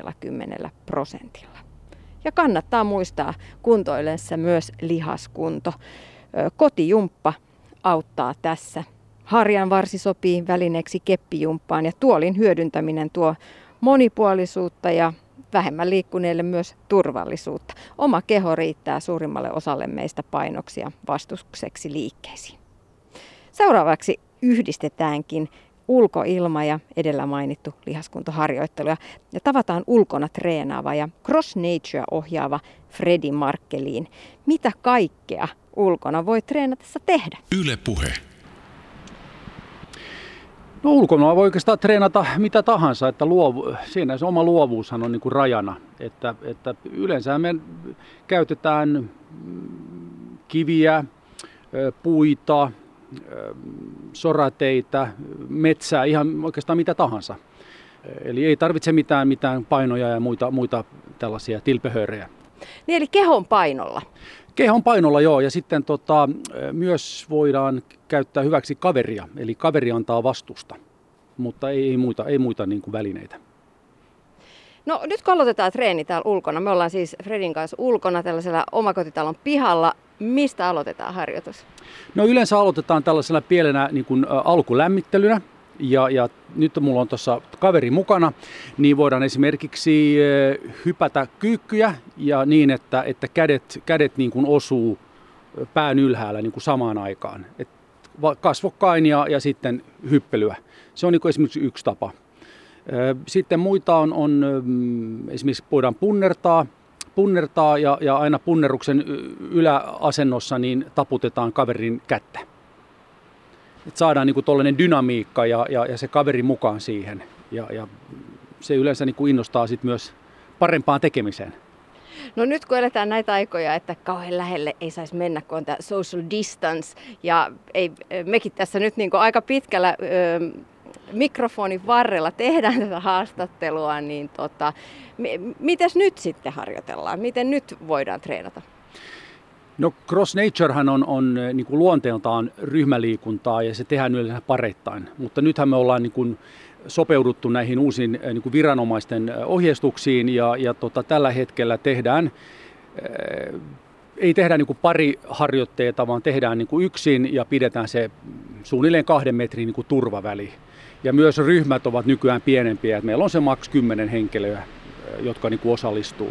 S3: 20%. Ja kannattaa muistaa kuntoillessa myös lihaskunto. Kotijumppa auttaa tässä. Harjanvarsi sopii välineeksi keppijumppaan ja tuolin hyödyntäminen tuo monipuolisuutta ja vähemmän liikkuneille myös turvallisuutta. Oma keho riittää suurimmalle osalle meistä painoksia vastukseksi liikkeisiin. Seuraavaksi yhdistetäänkin ulkoilma ja edellä mainittu lihaskuntoharjoittelu ja tavataan ulkona treenaava ja Cross Nature ohjaava Fredi Markeliin. Mitä kaikkea ulkona voi treenatessa tehdä?
S4: Yle Puhe.
S1: No ulkona voi oikeastaan treenata mitä tahansa, että siinä se oma luovuushan on niin kuin rajana. Että yleensä me käytetään kiviä, puita, sorateitä, metsää, ihan oikeastaan mitä tahansa. Eli ei tarvitse mitään painoja ja muita tällaisia tilpehöörejä.
S3: Niin eli kehon painolla.
S1: Kehon painolla joo, ja sitten myös voidaan käyttää hyväksi kaveria, eli kaveri antaa vastusta, mutta ei muita niin kuin välineitä.
S3: No nyt kun aloitetaan treeni täällä ulkona, me ollaan siis Fredin kanssa ulkona tällaisella omakotitalon pihalla. Mistä aloitetaan harjoitus?
S1: No yleensä aloitetaan tällaisella pienenä niin kuin alkulämmittelynä. Ja nyt mulla on tuossa kaveri mukana, niin voidaan esimerkiksi hypätä kyykkyjä ja niin, että kädet niin kuin osuu pään ylhäällä niin kuin samaan aikaan. Et kasvokkain ja sitten hyppelyä. Se on niin kuin esimerkiksi yksi tapa. Sitten muita on esimerkiksi voidaan punnertaa ja aina punnerruksen yläasennossa niin taputetaan kaverin kättä. Että saadaan niin kuin tollainen dynamiikka ja se kaveri mukaan siihen. Ja se yleensä niin kuin innostaa sit myös parempaan tekemiseen.
S3: No nyt kun eletään näitä aikoja, että kauhean lähelle ei saisi mennä, kun on tämä social distance. Ja mekin tässä nyt niin kuin aika pitkällä mikrofonin varrella tehdään tätä haastattelua, niin mites nyt sitten harjoitellaan? Miten nyt voidaan treenata?
S1: No Cross Naturehan on niin kuin luonteeltaan ryhmäliikuntaa ja se tehdään yleensä pareittain, mutta nythän me ollaan niin kuin sopeuduttu näihin uusiin niin kuin viranomaisten ohjeistuksiin ja tällä hetkellä ei tehdä niin kuin pariharjoitteita, vaan tehdään niin kuin yksin ja pidetään se suunnilleen 2 metrin niin kuin turvaväli. Ja myös ryhmät ovat nykyään pienempiä, että meillä on se maks 10 henkilöä, jotka niin kuin osallistuu.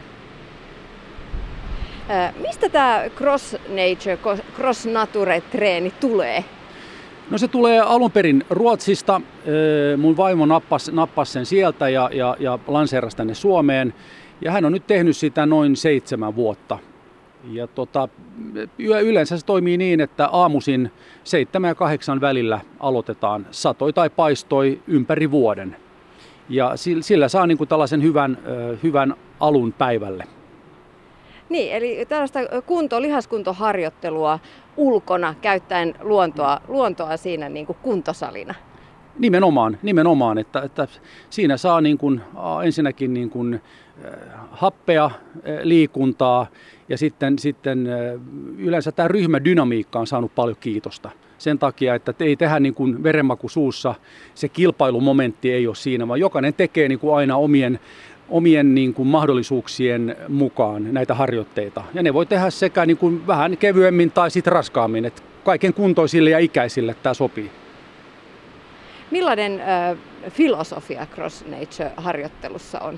S3: Mistä tämä Cross Nature, Cross Nature-treeni tulee?
S1: No se tulee alun perin Ruotsista. Mun vaimo nappasi sen sieltä ja lanseerasi tänne Suomeen. Ja hän on nyt tehnyt sitä noin 7 vuotta. Ja yleensä se toimii niin, että aamuisin 7 ja 8 välillä aloitetaan satoi tai paistoi ympäri vuoden. Ja sillä saa niin kuin tällaisen hyvän alun päivälle.
S3: Niin, eli tällaista lihaskuntoharjoittelua ulkona käyttäen luontoa siinä niin kuin kuntosalina.
S1: Nimenomaan että siinä saa niin kuin, ensinnäkin niin kuin, happea, liikuntaa ja sitten yleensä tämä ryhmädynamiikka on saanut paljon kiitosta. Sen takia, että ei tehdä niin kuin verenmaku suussa, se kilpailumomentti ei ole siinä, vaan jokainen tekee niin kuin aina omien niin kuin mahdollisuuksien mukaan näitä harjoitteita. Ja ne voi tehdä sekä niin kuin vähän kevyemmin tai sitten raskaammin. Et kaiken kuntoisille ja ikäisille tämä sopii.
S3: Millainen filosofia Cross Nature-harjoittelussa on?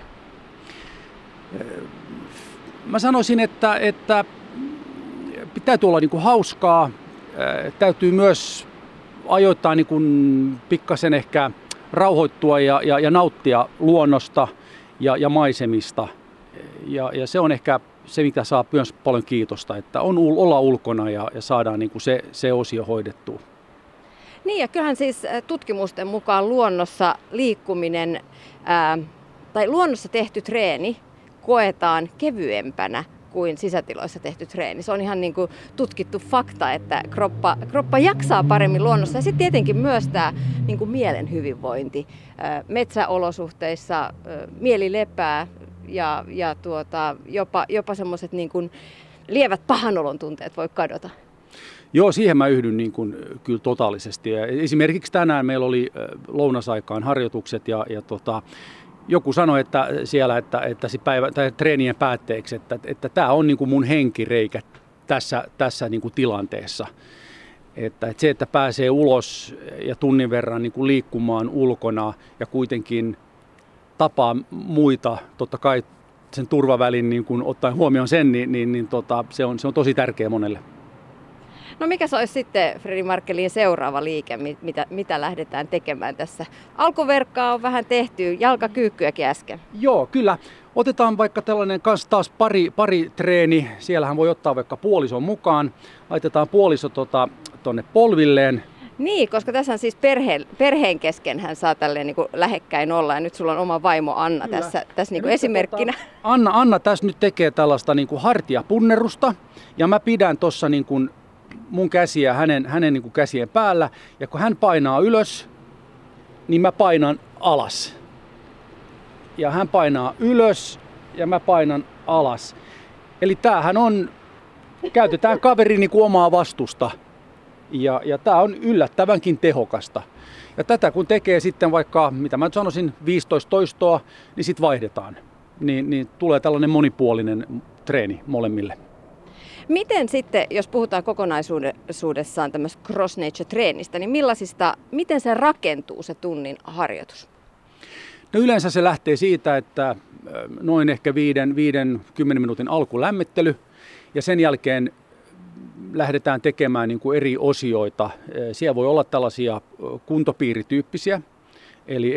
S1: Mä sanoisin, että täytyy olla niin kuin hauskaa. Täytyy myös ajoittain niin kuin pikkasen ehkä rauhoittua ja nauttia luonnosta ja maisemista. Ja se on ehkä se, mitä saa myös paljon kiitosta, että olla ulkona ja saadaan niin kuin se osio hoidettua.
S3: Niin ja kyllähän siis tutkimusten mukaan luonnossa liikkuminen tai luonnossa tehty treeni koetaan kevyempänä kuin sisätiloissa tehty treeni. Se on ihan niin kuin tutkittu fakta, että kroppa jaksaa paremmin luonnossa. Ja sitten tietenkin myös tämä niin kuin mielen hyvinvointi. Metsäolosuhteissa mieli lepää ja jopa semmoiset niin kuin lievät pahanolon tunteet voi kadota.
S1: Joo, siihen mä yhdyn niin kuin, kyllä totaalisesti. Ja esimerkiksi tänään meillä oli lounasaikaan harjoitukset ja joku sanoi, että siellä, että treenien päätteeksi, että tämä on niin kuin mun henkireikä tässä niin kuin tilanteessa. Että se, että pääsee ulos ja tunnin verran niin kuin liikkumaan ulkona ja kuitenkin tapaa muita, totta kai sen turvavälin niin kun ottaen huomioon sen, se on tosi tärkeä monelle.
S3: No mikä se olisi sitten Fredi Markkelin seuraava liike, mitä lähdetään tekemään tässä? Alkuverkkaa on vähän tehty, jalkakyykkyäkin äsken.
S1: Joo, kyllä. Otetaan vaikka tällainen kanssa taas pari treeni. Siellähän voi ottaa vaikka puolison mukaan. Laitetaan puoliso tonne polvilleen.
S3: Niin, koska tässä on siis perheen kesken hän saa tälleen niin kuin lähekkäin olla. Ja nyt sulla on oma vaimo Anna tässä niin kuin esimerkkinä.
S1: Anna tässä nyt tekee tällaista niin kuin hartiapunnerusta. Ja mä pidän tuossa niin kuin mun käsiä hänen niin kuin käsien päällä. Ja kun hän painaa ylös, niin mä painan alas. Ja hän painaa ylös ja mä painan alas. Eli tämähän on, käytetään kaverin niin kuin omaa vastusta. Ja tämä on yllättävänkin tehokasta. Ja tätä kun tekee sitten vaikka, mitä mä nyt sanoisin, 15 toistoa, niin sitten vaihdetaan. Niin tulee tällainen monipuolinen treeni molemmille.
S3: Miten sitten, jos puhutaan kokonaisuudessaan tämmöisestä Cross Nature-treenistä, niin miten se rakentuu se tunnin harjoitus?
S1: No yleensä se lähtee siitä, että noin ehkä 5-10 minuutin alkulämmittely ja sen jälkeen lähdetään tekemään niin kuin eri osioita. Siellä voi olla tällaisia kuntopiirityyppisiä, eli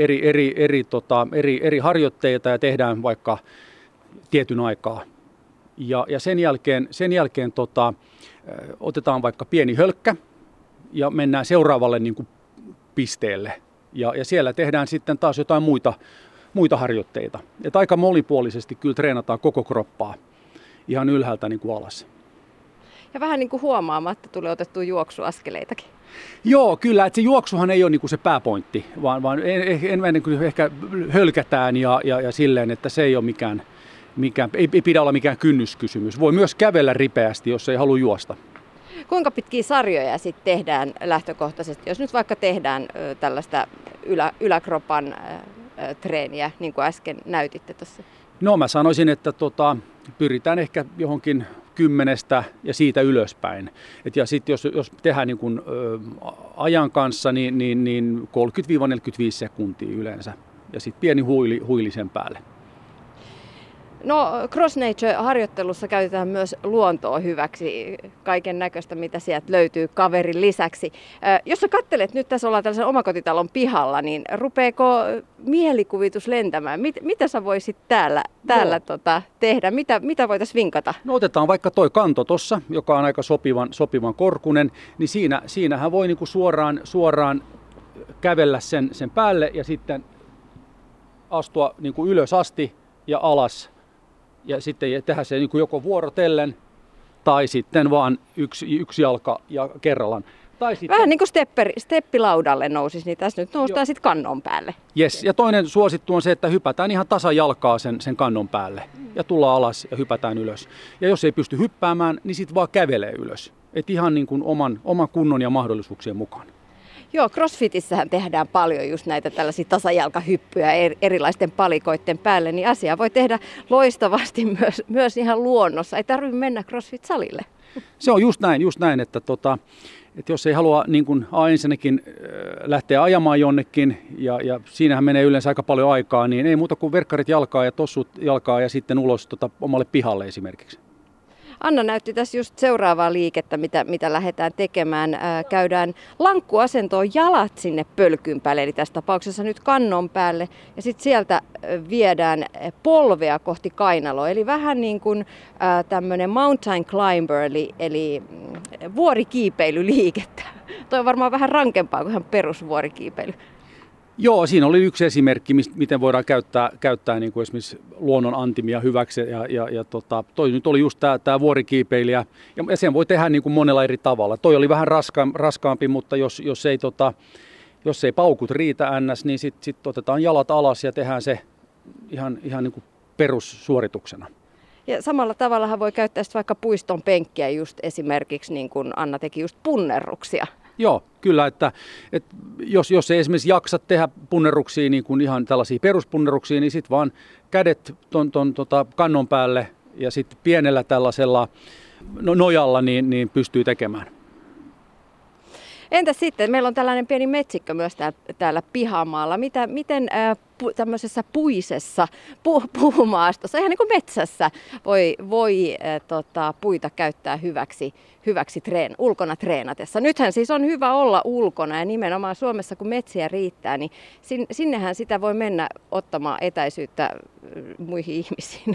S1: eri harjoitteita ja tehdään vaikka tietyn aikaa. Ja sen jälkeen otetaan vaikka pieni hölkkä ja mennään seuraavalle niin kuin pisteelle. Ja siellä tehdään sitten taas jotain muita harjoitteita. Et aika monipuolisesti kyllä treenataan koko kroppaa ihan ylhäältä niin kuin alas.
S3: Ja vähän niin kuin huomaamatta tulee otettua juoksuaskeleitakin.
S1: Joo, kyllä. Että se juoksuhan ei ole niin kuin se pääpointti, vaan ennen kuin ehkä hölkätään ja silleen, että se ei ole ei pidä olla mikään kynnyskysymys. Voi myös kävellä ripeästi, jos ei halua juosta.
S3: Kuinka pitkiä sarjoja sitten tehdään lähtökohtaisesti, jos nyt vaikka tehdään tällaista yläkropan treeniä, niin kuin äsken näytitte tuossa?
S1: No mä sanoisin, että pyritään ehkä johonkin 10 ja siitä ylöspäin. Ja sitten jos tehdään niin kuin, ajan kanssa, niin 30-45 sekuntia yleensä. Ja sitten pieni huili sen päälle.
S3: No Cross Nature-harjoittelussa käytetään myös luontoa hyväksi, kaiken näköistä mitä sieltä löytyy kaverin lisäksi. Jos sä katselet, nyt tässä ollaan tällaisen omakotitalon pihalla, niin rupeeko mielikuvitus lentämään? Mitä sä voisit täällä tehdä? Mitä voitaisiin vinkata?
S1: No otetaan vaikka toi kanto tossa, joka on aika sopivan korkunen, niin siinähän voi niinku suoraan kävellä sen päälle ja sitten astua niinku ylös asti ja alas. Ja sitten tehdä se niin kuin joko vuorotellen tai sitten vaan yksi jalka ja kerrallaan. Tai sitten,
S3: vähän niin kuin steppilaudalle nousisi, niin tässä nyt noustaan sitten kannon päälle.
S1: Yes. Ja toinen suosittu on se, että hypätään ihan tasajalkaa sen kannon päälle ja tullaan alas ja hypätään ylös. Ja jos ei pysty hyppäämään, niin sitten vaan kävelee ylös. Et ihan niin kuin oman kunnon ja mahdollisuuksien mukaan.
S3: Joo, CrossFitissähän tehdään paljon just näitä tällaisia tasajalkahyppyjä erilaisten palikoiden päälle, niin asiaa voi tehdä loistavasti myös ihan luonnossa. Ei tarvitse mennä CrossFit-salille.
S1: Se on just näin että jos ei halua niin kuin ensinnäkin lähteä ajamaan jonnekin, ja siinähän menee yleensä aika paljon aikaa, niin ei muuta kuin verkkarit jalkaa ja tossut jalkaa ja sitten ulos omalle pihalle esimerkiksi.
S3: Anna näytti tässä just seuraavaa liikettä, mitä lähdetään tekemään. Käydään lankkuasentoon, jalat sinne pölkyn päälle, eli tässä tapauksessa nyt kannon päälle. Ja sitten sieltä viedään polvea kohti kainaloa, eli vähän niin kuin tämmöinen mountain climber, eli vuorikiipeilyliikettä. Toi on varmaan vähän rankempaa kuin ihan perusvuorikiipeily.
S1: Joo, siinä oli yksi esimerkki, miten voidaan käyttää niin kuin esimerkiksi luonnon antimia hyväksi. Toi nyt oli just tämä vuorikiipeilijä, ja sen voi tehdä niin kuin monella eri tavalla. Toi oli vähän raskaampi, mutta jos ei paukut riitä niin sit otetaan jalat alas ja tehdään se ihan niin kuin perussuorituksena.
S3: Ja samalla tavallahan voi käyttää vaikka puiston penkkiä just esimerkiksi, niin kuin Anna teki, just punnerruksia.
S1: Joo, kyllä, että jos ei esimerkiksi jaksa tehdä punnerruksia, niin kuin ihan tällaisia peruspunneruksia, niin sitten vaan kädet kannon päälle ja sitten pienellä tällaisella nojalla niin pystyy tekemään.
S3: Entä sitten, meillä on tällainen pieni metsikkö myös täällä pihamaalla. Miten tämmöisessä puisessa puumaastossa, ihan niin kuin metsässä, voi puita käyttää hyväksi ulkona treenatessa? Nythän siis on hyvä olla ulkona ja nimenomaan Suomessa, kun metsiä riittää, niin sinnehän sitä voi mennä ottamaan etäisyyttä muihin ihmisiin.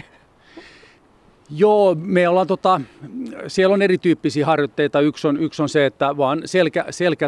S1: Joo, me ollaan siellä on erityyppisiä harjoitteita. Yksi on se, että vaan selkä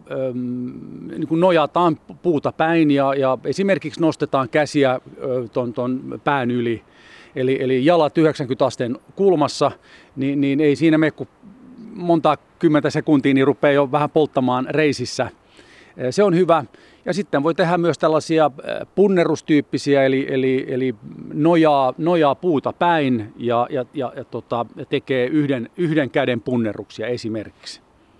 S1: niin kuin nojataan puuta päin ja esimerkiksi nostetaan käsiä ton pään yli. Eli jalat 90 asteen kulmassa, niin ei siinä mene kuin monta kymmentä sekuntia, niin rupeaa jo vähän polttamaan reisissä. Se on hyvä. Ja sitten voi tehdä myös tällaisia punnerustyyppisiä, eli nojaa puuta päin ja tekee yhden käden punneruksia esimerkiksi.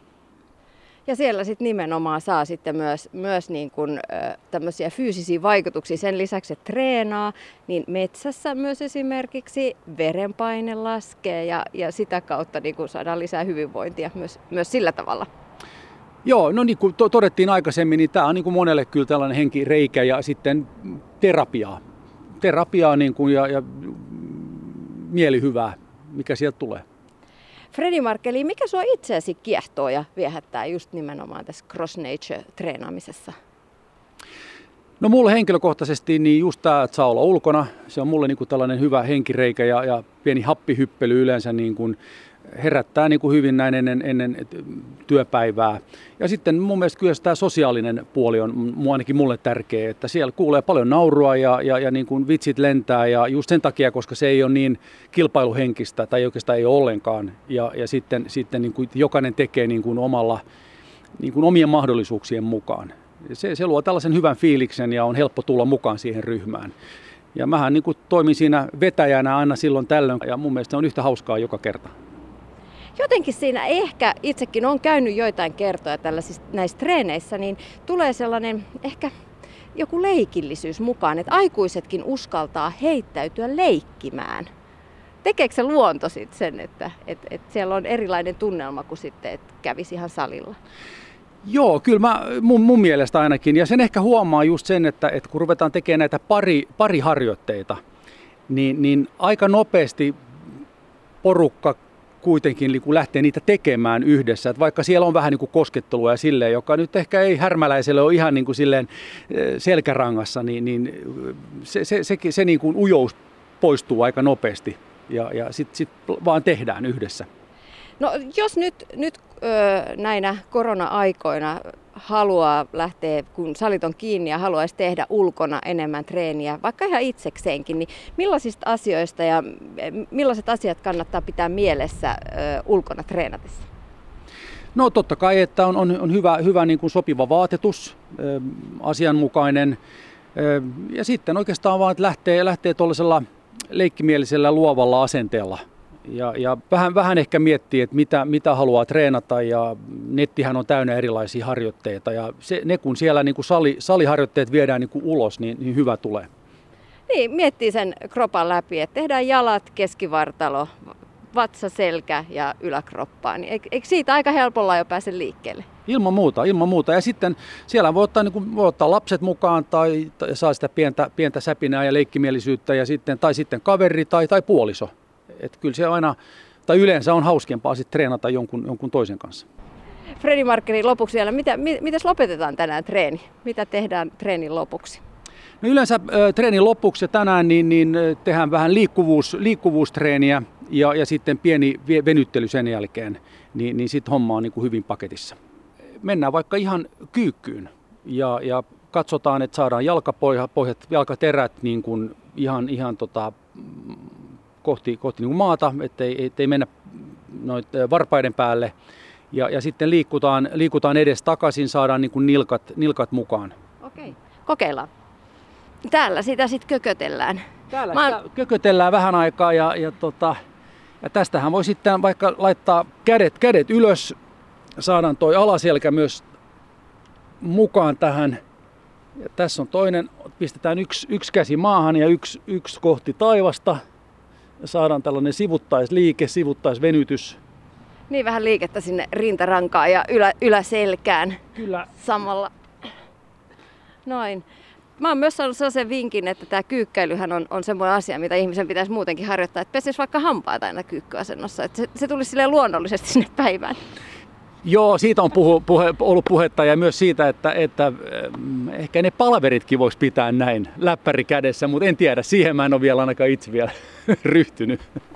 S3: Ja siellä sitten nimenomaan saa sitten myös niin kuin, tämmöisiä fyysisiä vaikutuksia. Sen lisäksi, että treenaa, niin metsässä myös esimerkiksi verenpaine laskee ja sitä kautta niin kuin saadaan lisää hyvinvointia myös sillä tavalla.
S1: Joo, no niin kuin todettiin aikaisemmin, niin tämä on niin kuin monelle kyllä tällainen henkireikä ja sitten terapiaa niin kuin ja mielihyvää, mikä sieltä tulee.
S3: Fredi Markkeli, mikä sua itseäsi kiehtoo ja viehättää just nimenomaan tässä Cross Nature-treenaamisessa?
S1: No mulle henkilökohtaisesti niin just tämä, että saa olla ulkona, se on mulle niin kuin tällainen hyvä henkireikä ja pieni happihyppely yleensä niin kuin herättää niin kuin hyvin näin ennen työpäivää. Ja sitten mun mielestä kyllä tämä sosiaalinen puoli on ainakin mulle tärkeä, että siellä kuulee paljon naurua ja niin kuin vitsit lentää ja just sen takia, koska se ei ole niin kilpailuhenkistä tai oikeastaan ei ole ollenkaan. Ja sitten niin kuin jokainen tekee niin kuin omien mahdollisuuksien mukaan. Se luo tällaisen hyvän fiiliksen ja on helppo tulla mukaan siihen ryhmään. Ja mähän niin kuin toimin siinä vetäjänä aina silloin tällöin ja mun mielestä se on yhtä hauskaa joka kerta.
S3: Jotenkin siinä ehkä itsekin on käynyt joitain kertoja tällaisissa näissä treeneissä, niin tulee sellainen ehkä joku leikillisyys mukaan, että aikuisetkin uskaltaa heittäytyä leikkimään. Tekeekö se luonto sitten sen, että siellä on erilainen tunnelma kuin sitten, että kävisi ihan salilla?
S1: Joo, kyllä mun mielestä ainakin. Ja sen ehkä huomaa just sen, että kun ruvetaan tekemään näitä pariharjoitteita, niin aika nopeasti porukka kuitenkin niin lähtee niitä tekemään yhdessä. Että vaikka siellä on vähän niin kuin koskettelua ja silleen, joka nyt ehkä ei härmäläiselle ole ihan niin kuin silleen selkärangassa, niin se niin kuin ujous poistuu aika nopeasti ja sit vaan tehdään yhdessä.
S3: No jos nyt näinä korona-aikoina haluaa lähteä, kun salit on kiinni ja haluaisi tehdä ulkona enemmän treeniä, vaikka ihan itsekseenkin, niin millaisista asioista ja millaiset asiat kannattaa pitää mielessä ulkona treenatessa?
S1: No totta kai, että on hyvä niin kuin sopiva vaatetus, asianmukainen ja sitten oikeastaan vaan, että lähtee tuollaisella leikkimielisellä luovalla asenteella. Ja vähän ehkä miettii, että mitä haluaa treenata ja nettihän on täynnä erilaisia harjoitteita ja ne kun siellä niin kuin saliharjoitteet viedään niin kuin ulos, niin hyvä tulee.
S3: Niin, miettii sen kropan läpi, että tehdään jalat, keskivartalo, vatsa, selkä ja yläkroppaa. Niin eikö siitä aika helpolla jo pääse liikkeelle? Ilman
S1: muuta. Ja sitten siellä voi ottaa lapset mukaan tai saa sitä pientä säpinää ja leikkimielisyyttä tai sitten kaveri tai puoliso. Että kyllä se aina, tai yleensä on hauskempaa sitten treenata jonkun toisen kanssa.
S3: Fredi Markkeli, lopuksi vielä, mitäs lopetetaan tänään treeni? Mitä tehdään treenin lopuksi?
S1: No yleensä treenin lopuksi tänään niin tehdään vähän liikkuvuustreeniä ja sitten pieni venyttely sen jälkeen, niin sitten homma on niin kuin hyvin paketissa. Mennään vaikka ihan kyykkyyn ja katsotaan, että saadaan jalkapohjat, jalkaterät niin kuin ihan kohti niin kuin maata, ettei mennä varpaiden päälle. Ja sitten liikutaan edes takaisin, saadaan niin kuin nilkat mukaan.
S3: Okei, kokeillaan. Täällä sitä sitten kökötellään.
S1: Täällä kökötellään vähän aikaa ja tästähän voi sitten vaikka laittaa kädet ylös. Saadaan toi alaselkä myös mukaan tähän. Ja tässä on toinen, pistetään yksi käsi maahan ja yksi kohti taivasta. Ja saadaan tällainen sivuttaisliike, sivuttaisvenytys.
S3: Niin vähän liikettä sinne rintarankaan ja yläselkään.
S1: Kyllä.
S3: Samalla. Noin. Mä oon myös saanut sellaisen vinkin, että tämä kyykkäilyhän on semmoinen asia, mitä ihmisen pitäisi muutenkin harjoittaa, että pesisi vaikka hampaat aina kyykkyasennossa, että se tulisi silleen luonnollisesti sinne päivään.
S1: Joo, siitä on ollut puhetta ja myös siitä, että ehkä ne palaveritkin voisi pitää näin läppäri kädessä, mutta en tiedä, siihen mä en ole vielä ainakaan itse vielä ryhtynyt.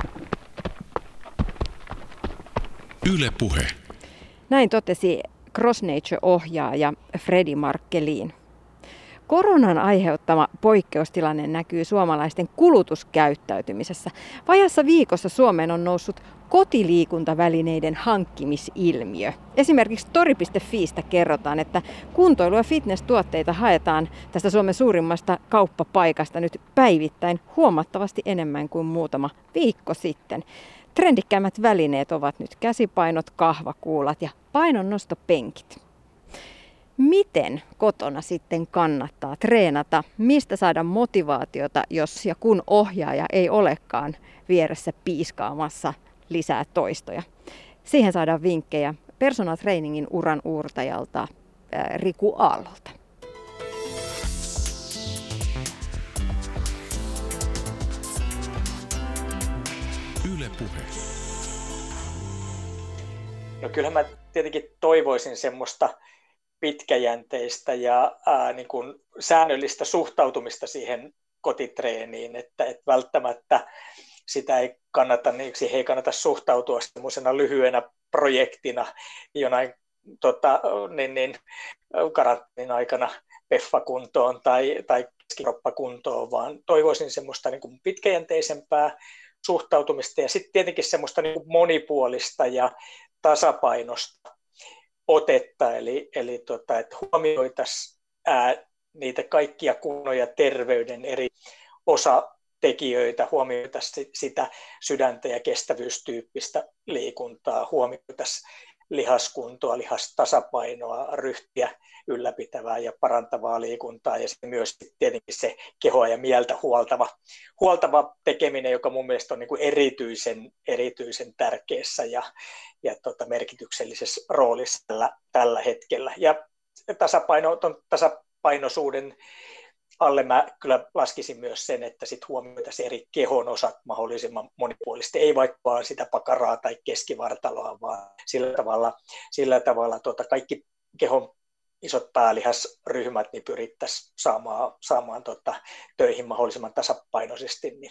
S4: Yle Puhe.
S3: Näin totesi Cross Nature-ohjaaja Fredi Markkelin. Koronan aiheuttama poikkeustilanne näkyy suomalaisten kulutuskäyttäytymisessä. Vajassa viikossa Suomeen on noussut kotiliikuntavälineiden hankkimisilmiö. Esimerkiksi tori.fiistä kerrotaan, että kuntoilu- ja fitness-tuotteita haetaan tästä Suomen suurimmasta kauppapaikasta nyt päivittäin huomattavasti enemmän kuin muutama viikko sitten. Trendikkäimmät välineet ovat nyt käsipainot, kahvakuulat ja painonnostopenkit. Miten kotona sitten kannattaa treenata? Mistä saada motivaatiota, jos ja kun ohjaaja ei olekaan vieressä piiskaamassa lisää toistoja? Siihen saadaan vinkkejä personal trainingin uran uurtajalta Riku Aallolta.
S4: Yle Puhe.
S6: No kyllähän mä tietenkin toivoisin semmoista pitkäjänteistä ja niin kuin säännöllistä suhtautumista siihen kotitreeniin, että välttämättä sitä ei kannata, ei kannata suhtautua semmoisena lyhyenä projektina jonain karanteenin aikana peffakuntoon tai keskikroppakuntoon, vaan toivoisin semmoista niin kuin pitkäjänteisempää suhtautumista ja sitten tietenkin semmoista niin kuin monipuolista ja tasapainosta otetta, eli että huomioitaisiin niitä kaikkia kunnon ja terveyden eri osatekijöitä, huomioitaisiin sitä sydäntä ja kestävyystyyppistä liikuntaa, huomioitaisiin lihaskuntoa, lihastasapainoa, ryhtiä ylläpitävää ja parantavaa liikuntaa ja sitten myös tietenkin se kehoa ja mieltä huoltava tekeminen, joka mun mielestä on niin kuin erityisen tärkeässä ja merkityksellisessä roolissa tällä hetkellä. Ja tasapainoisuuden alle mä kyllä laskisin myös sen, että sit huomioitaisiin eri kehon osat mahdollisimman monipuolisesti, ei vaikka vaan sitä pakaraa tai keskivartaloa, vaan sillä tavalla kaikki kehon isot päälihasryhmät niin pyrittäisiin saamaan töihin mahdollisimman tasapainoisesti, niin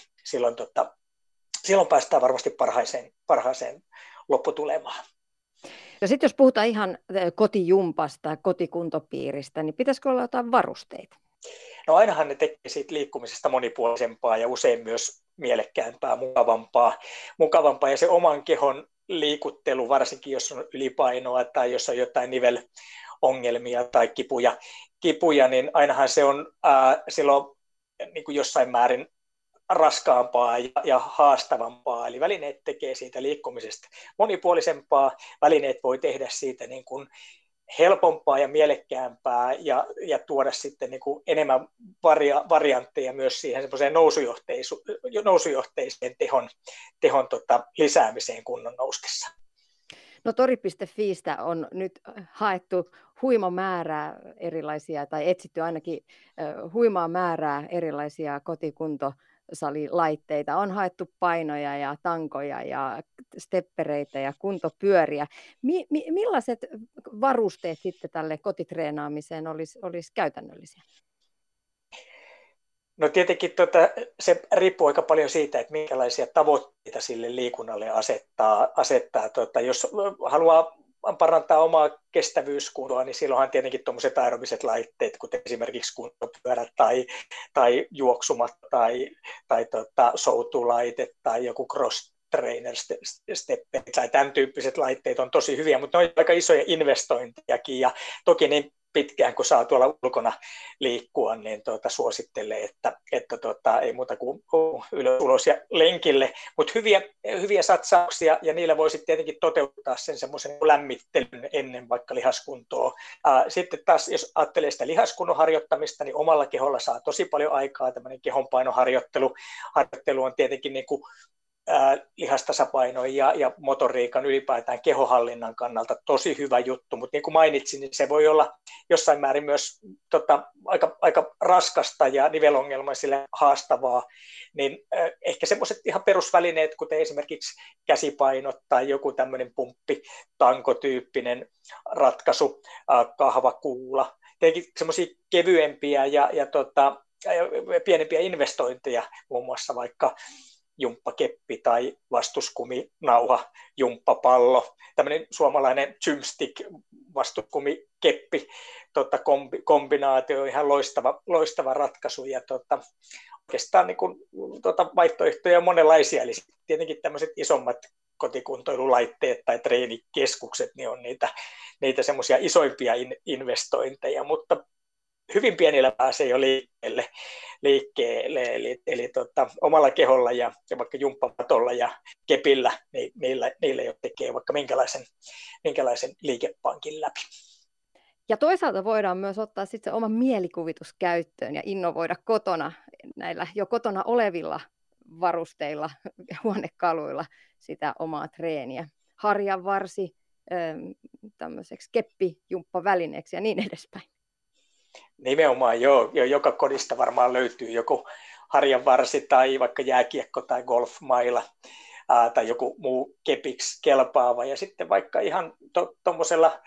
S6: silloin päästään varmasti parhaaseen lopputulemaan.
S3: No sitten jos puhutaan ihan kotijumpasta, kotikuntopiiristä, niin pitäisikö olla jotain varusteita?
S6: No ainahan ne tekee siitä liikkumisesta monipuolisempaa ja usein myös mielekkäämpää, mukavampaa ja se oman kehon liikuttelu, varsinkin jos on ylipainoa tai jos on jotain nivelongelmia tai kipuja, niin ainahan se on silloin niin kuin jossain määrin raskaampaa ja haastavampaa, eli välineet tekee siitä liikkumisesta monipuolisempaa, välineet voi tehdä siitä niin kuin helpompaa ja mielekkäämpää ja tuoda sitten niin kuin enemmän variantteja myös siihen semmoiseen nousujohteiseen tehon lisäämiseen kunnon noustessa.
S3: No tori.fiistä on nyt haettu huima määrää erilaisia, tai etsitty ainakin huimaa määrää erilaisia kotikuntosalililaitteita. On haettu painoja ja tankoja ja steppereitä ja kuntopyöriä. Millaiset varusteet sitten tälle kotitreenaamiseen olisi käytännöllisiä?
S6: No tietenkin se riippuu aika paljon siitä, että minkälaisia tavoitteita sille liikunnalle asettaa. Jos haluaa parantaa omaa kestävyyskuntoa, niin silloinhan tietenkin tuommoiset aerobiset laitteet, kuten esimerkiksi kuntopyörät tai juoksumat tai soutulaite tai joku cross trainer stepperit tai tämän tyyppiset laitteet on tosi hyviä, mutta ne on aika isoja investointiakin ja toki niin pitkään kun saa tuolla ulkona liikkua, niin suosittelee, että ei muuta kuin ulos ja lenkille, mutta hyviä satsauksia ja niillä voi sitten tietenkin toteuttaa sen semmoisen lämmittelyn ennen vaikka lihaskuntoa. Sitten taas jos ajattelee sitä lihaskunnon harjoittamista, niin omalla keholla saa tosi paljon aikaa, tämmöinen kehonpainoharjoittelu on tietenkin niin kuin lihastasapainon ja motoriikan ylipäätään kehohallinnan kannalta tosi hyvä juttu, mutta niin kuin mainitsin, niin se voi olla jossain määrin myös aika raskasta ja nivelongelmaisille haastavaa, niin ehkä semmoiset ihan perusvälineet, kuten esimerkiksi käsipainot tai joku tämmöinen pumppi-tankotyyppinen ratkaisu, kahvakuula, tietenkin semmoisia kevyempiä ja pienempiä investointeja, muun muassa vaikka jumppakeppi tai vastuskuminauha, jumppapallo, tämmöinen suomalainen gymstick vastuskumikeppi, kombinaatio on ihan loistava ratkaisu ja oikeastaan niin kuin, vaihtoehtoja on monenlaisia, eli tietenkin tämmöiset isommat kotikuntoilulaitteet tai treenikeskukset niin on niitä semmoisia isoimpia investointeja, niin hyvin pienillä pääsee jo liikkeelle eli omalla keholla ja vaikka jumppamatolla ja kepillä, niin niillä jo tekee vaikka minkälaisen liikepankin läpi.
S3: Ja toisaalta voidaan myös ottaa sitten se oma mielikuvitus käyttöön ja innovoida kotona näillä jo kotona olevilla varusteilla, huonekaluilla sitä omaa treeniä. Harjanvarsi, tämmöiseksi keppijumppavälineeksi ja niin edespäin.
S6: Nimenomaan joo, joka kodista varmaan löytyy joku harjanvarsi tai vaikka jääkiekko tai golfmaila tai joku muu kepiksi kelpaava ja sitten vaikka ihan tuommoisella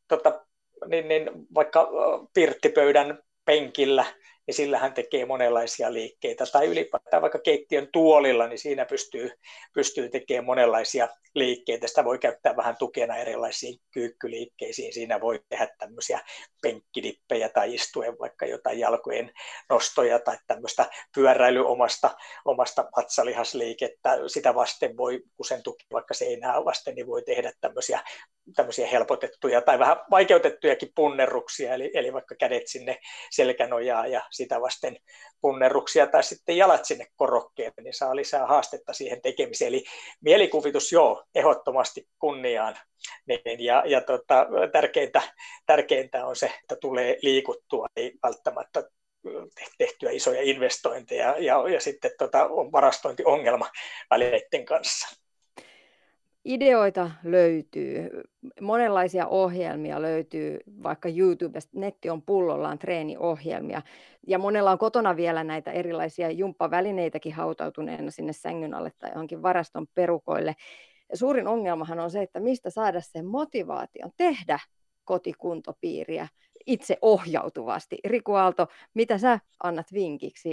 S6: vaikka pirttipöydän penkillä, niin sillä hän tekee monenlaisia liikkeitä. Tai ylipäätään vaikka keittiön tuolilla, niin siinä pystyy tekemään monenlaisia liikkeitä. Sitä voi käyttää vähän tukena erilaisiin kyykkyliikkeisiin. Siinä voi tehdä tämmöisiä penkkidippejä tai istuen vaikka jotain jalkojen nostoja tai tämmöistä pyöräily omasta vatsalihasliikettä. Sitä vasten voi, kun sen tuki vaikka seinää vasten, niin voi tehdä tämmöisiä helpotettuja tai vähän vaikeutettujakin punnerruksia, eli vaikka kädet sinne selkänojaan ja sitä vasten punnerruksia tai sitten jalat sinne korokkeelle, niin saa lisää haastetta siihen tekemiseen. Eli mielikuvitus ehdottomasti kunniaan. Ja tärkeintä on se, että tulee liikuttua, ei välttämättä tehtyä isoja investointeja ja sitten on varastointiongelma välineiden kanssa.
S3: Ideoita löytyy, monenlaisia ohjelmia löytyy, vaikka YouTubesta, netti on pullollaan treeniohjelmia, ja monella on kotona vielä näitä erilaisia jumppavälineitäkin hautautuneena sinne sängyn alle tai johonkin varaston perukoille. Ja suurin ongelmahan on se, että mistä saada sen motivaation tehdä kotikuntopiiriä itse ohjautuvasti. Riku Aalto, mitä sä annat vinkiksi?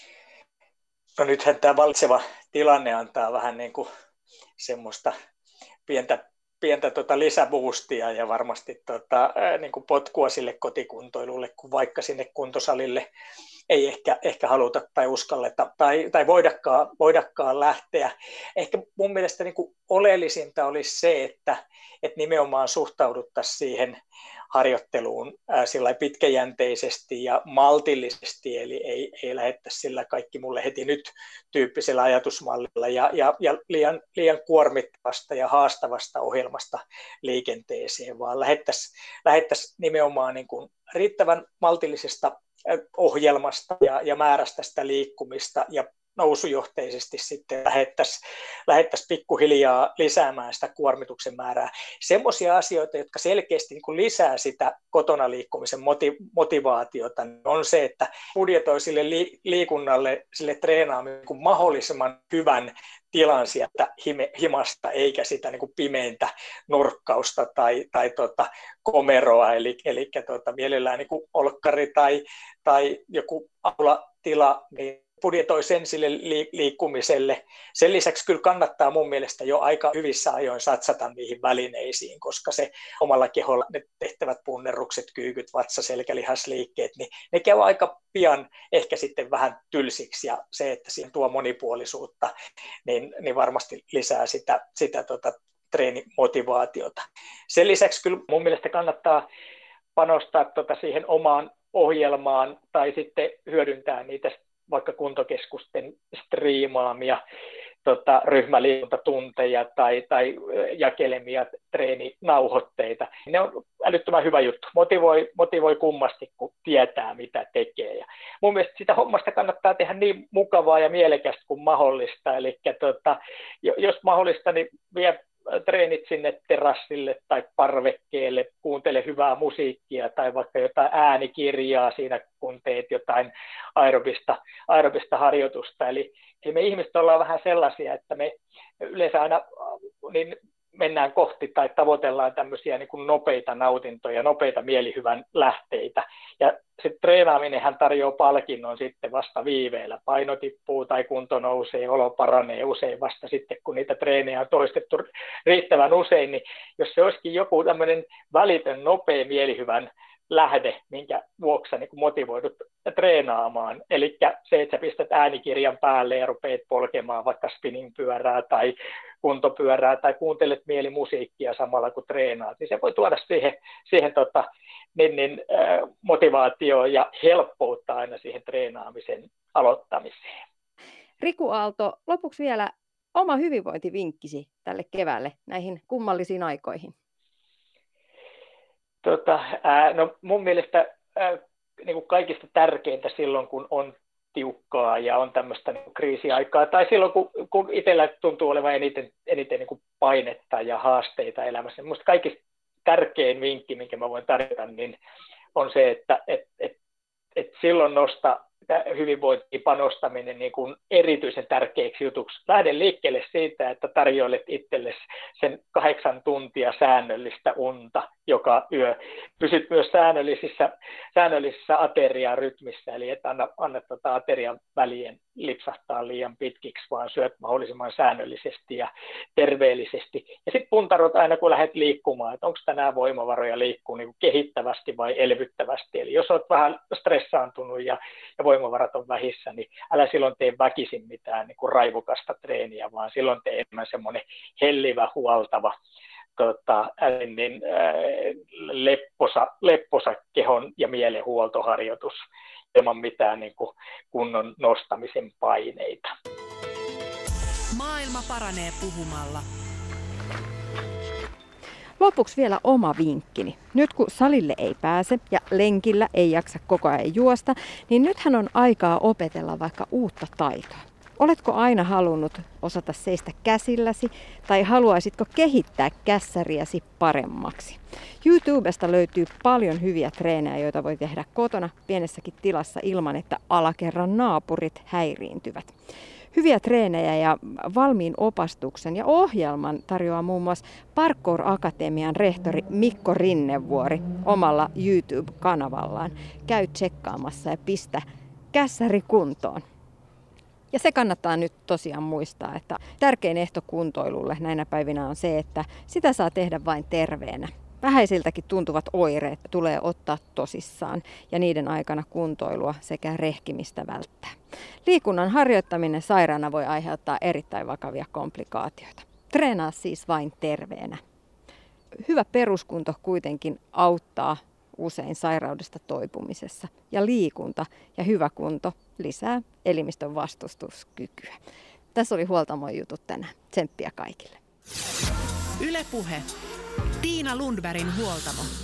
S6: No nythän tämä valitseva tilanne antaa vähän niin kuin semmoista pientä lisäboostia ja varmasti niin kuin potkua sille kotikuntoilulle, kun vaikka sinne kuntosalille ei ehkä haluta tai uskalleta tai voidakaan lähteä. Ehkä mun mielestä niin kuin oleellisinta olisi se, että nimenomaan suhtauduttaisiin siihen harjoitteluun sillä pitkäjänteisesti ja maltillisesti, eli ei lähdettäisi sillä kaikki mulle heti nyt tyyppisellä ajatusmallilla ja liian kuormittavasta ja haastavasta ohjelmasta liikenteeseen, vaan lähdettäisiin nimenomaan niin kuin riittävän maltillisesta ohjelmasta ja määrästä sitä liikkumista ja nousujohteisesti sitten lähdettäisiin pikkuhiljaa lisäämään sitä kuormituksen määrää. Semmoisia asioita, jotka selkeästi niin kuin lisää sitä kotona liikkumisen motivaatiota, on se, että budjetoi sille liikunnalle, sille treenaamiselle niin mahdollisimman hyvän tilan sieltä himasta, eikä sitä niin kuin pimeintä nurkkausta tai komeroa, eli mielellään niin kuin olkkari tai joku aulatila, niin budjetoi sen sille liikkumiselle. Sen lisäksi kyllä kannattaa mun mielestä jo aika hyvissä ajoin satsata niihin välineisiin, koska se omalla keholla ne tehtävät punnerrukset, kyykyt, vatsa, selkälihasliikkeet, niin ne käy aika pian ehkä sitten vähän tylsiksi, ja se, että siihen tuo monipuolisuutta, niin varmasti lisää sitä treenimotivaatiota. Sen lisäksi kyllä mun mielestä kannattaa panostaa siihen omaan ohjelmaan tai sitten hyödyntää niitä vaikka kuntokeskusten striimaamia ryhmäliikuntatunteja tai jakelemia treeninauhoitteita. Ne on älyttömän hyvä juttu. Motivoi kummasti, kun tietää, mitä tekee. Ja mun mielestä sitä hommasta kannattaa tehdä niin mukavaa ja mielekästä kuin mahdollista. Eli jos mahdollista, niin vie treenit sinne terassille tai parvekkeelle, kuuntele hyvää musiikkia tai vaikka jotain äänikirjaa siinä, kun teet jotain aerobista harjoitusta. Eli me ihmiset ollaan vähän sellaisia, että me yleensä aina niin mennään kohti tai tavoitellaan tämmöisiä niin kuin nopeita nautintoja, nopeita mielihyvän lähteitä. Ja se treenaaminenhan tarjoaa palkinnon sitten vasta viiveellä. Paino tippuu tai kunto nousee, olo paranee usein vasta sitten, kun niitä treenejä on toistettu riittävän usein. Niin jos se olisikin joku tämmöinen välitön, nopea mielihyvän lähde, minkä vuoksi niin motivoidut treenaamaan. Eli se, että sä pistät äänikirjan päälle ja rupeat polkemaan vaikka spinning-pyörää tai kuntopyörää tai kuuntelet mielimusiikkia samalla kun treenaat, niin se voi tuoda siihen motivaatioon ja helppoutta aina siihen treenaamisen aloittamiseen.
S3: Riku Aalto, lopuksi vielä oma hyvinvointivinkkisi tälle keväälle näihin kummallisiin aikoihin.
S6: No mun mielestä niin kuin kaikista tärkeintä silloin, kun on tiukkaa ja on tämmöistä niin kuin kriisiaikaa, tai silloin, kun itsellä tuntuu olevan eniten niin kuin painetta ja haasteita elämässä. Minusta kaikista tärkein vinkki, minkä mä voin tarjota, niin on se, että silloin nostaa hyvinvointiin panostaminen niin kuin erityisen tärkeäksi jutuksi. Lähde liikkeelle siitä, että tarjoilet itsellesi sen 8 tuntia säännöllistä unta joka yö. Pysyt myös säännöllisissä ateriarytmissä, eli et anna aterian välien lipsahtaa liian pitkiksi, vaan syöt mahdollisimman säännöllisesti ja terveellisesti. Ja sitten puntarot aina, kun lähdet liikkumaan, että onko tänään voimavaroja liikkua niin kuin kehittävästi vai elvyttävästi. Eli jos olet vähän stressaantunut ja voimavarat on vähissä, niin älä silloin tee väkisin mitään niin kuin raivokasta treeniä, vaan silloin tee enemmän semmoinen hellivä, huoltava, lepposa kehon ja mielen huoltoharjoitus ilman mitään niin kuin kunnon nostamisen paineita.
S2: Maailma paranee puhumalla.
S3: Lopuksi vielä oma vinkkini. Nyt kun salille ei pääse ja lenkillä ei jaksa koko ajan juosta, niin nythän on aikaa opetella vaikka uutta taitoa. Oletko aina halunnut osata seistä käsilläsi tai haluaisitko kehittää kässäriäsi paremmaksi? YouTubesta löytyy paljon hyviä treenejä, joita voi tehdä kotona pienessäkin tilassa ilman, että alakerran naapurit häiriintyvät. Hyviä treenejä ja valmiin opastuksen ja ohjelman tarjoaa muun muassa Parkour Akatemian rehtori Mikko Rinnevuori omalla YouTube-kanavallaan. Käy tsekkaamassa ja pistä kässäri kuntoon. Ja se kannattaa nyt tosiaan muistaa, että tärkein ehto kuntoilulle näinä päivinä on se, että sitä saa tehdä vain terveenä. Vähäisiltäkin tuntuvat oireet tulee ottaa tosissaan ja niiden aikana kuntoilua sekä rehkimistä välttää. Liikunnan harjoittaminen sairaana voi aiheuttaa erittäin vakavia komplikaatioita. Treenaa siis vain terveenä. Hyvä peruskunto kuitenkin auttaa usein sairaudesta toipumisessa ja liikunta ja hyvä kunto lisää elimistön vastustuskykyä. Tässä oli Huoltamon jutut tänään. Tsemppiä kaikille.
S2: Yle Puhe. Tiina Lundbergin Huoltamo.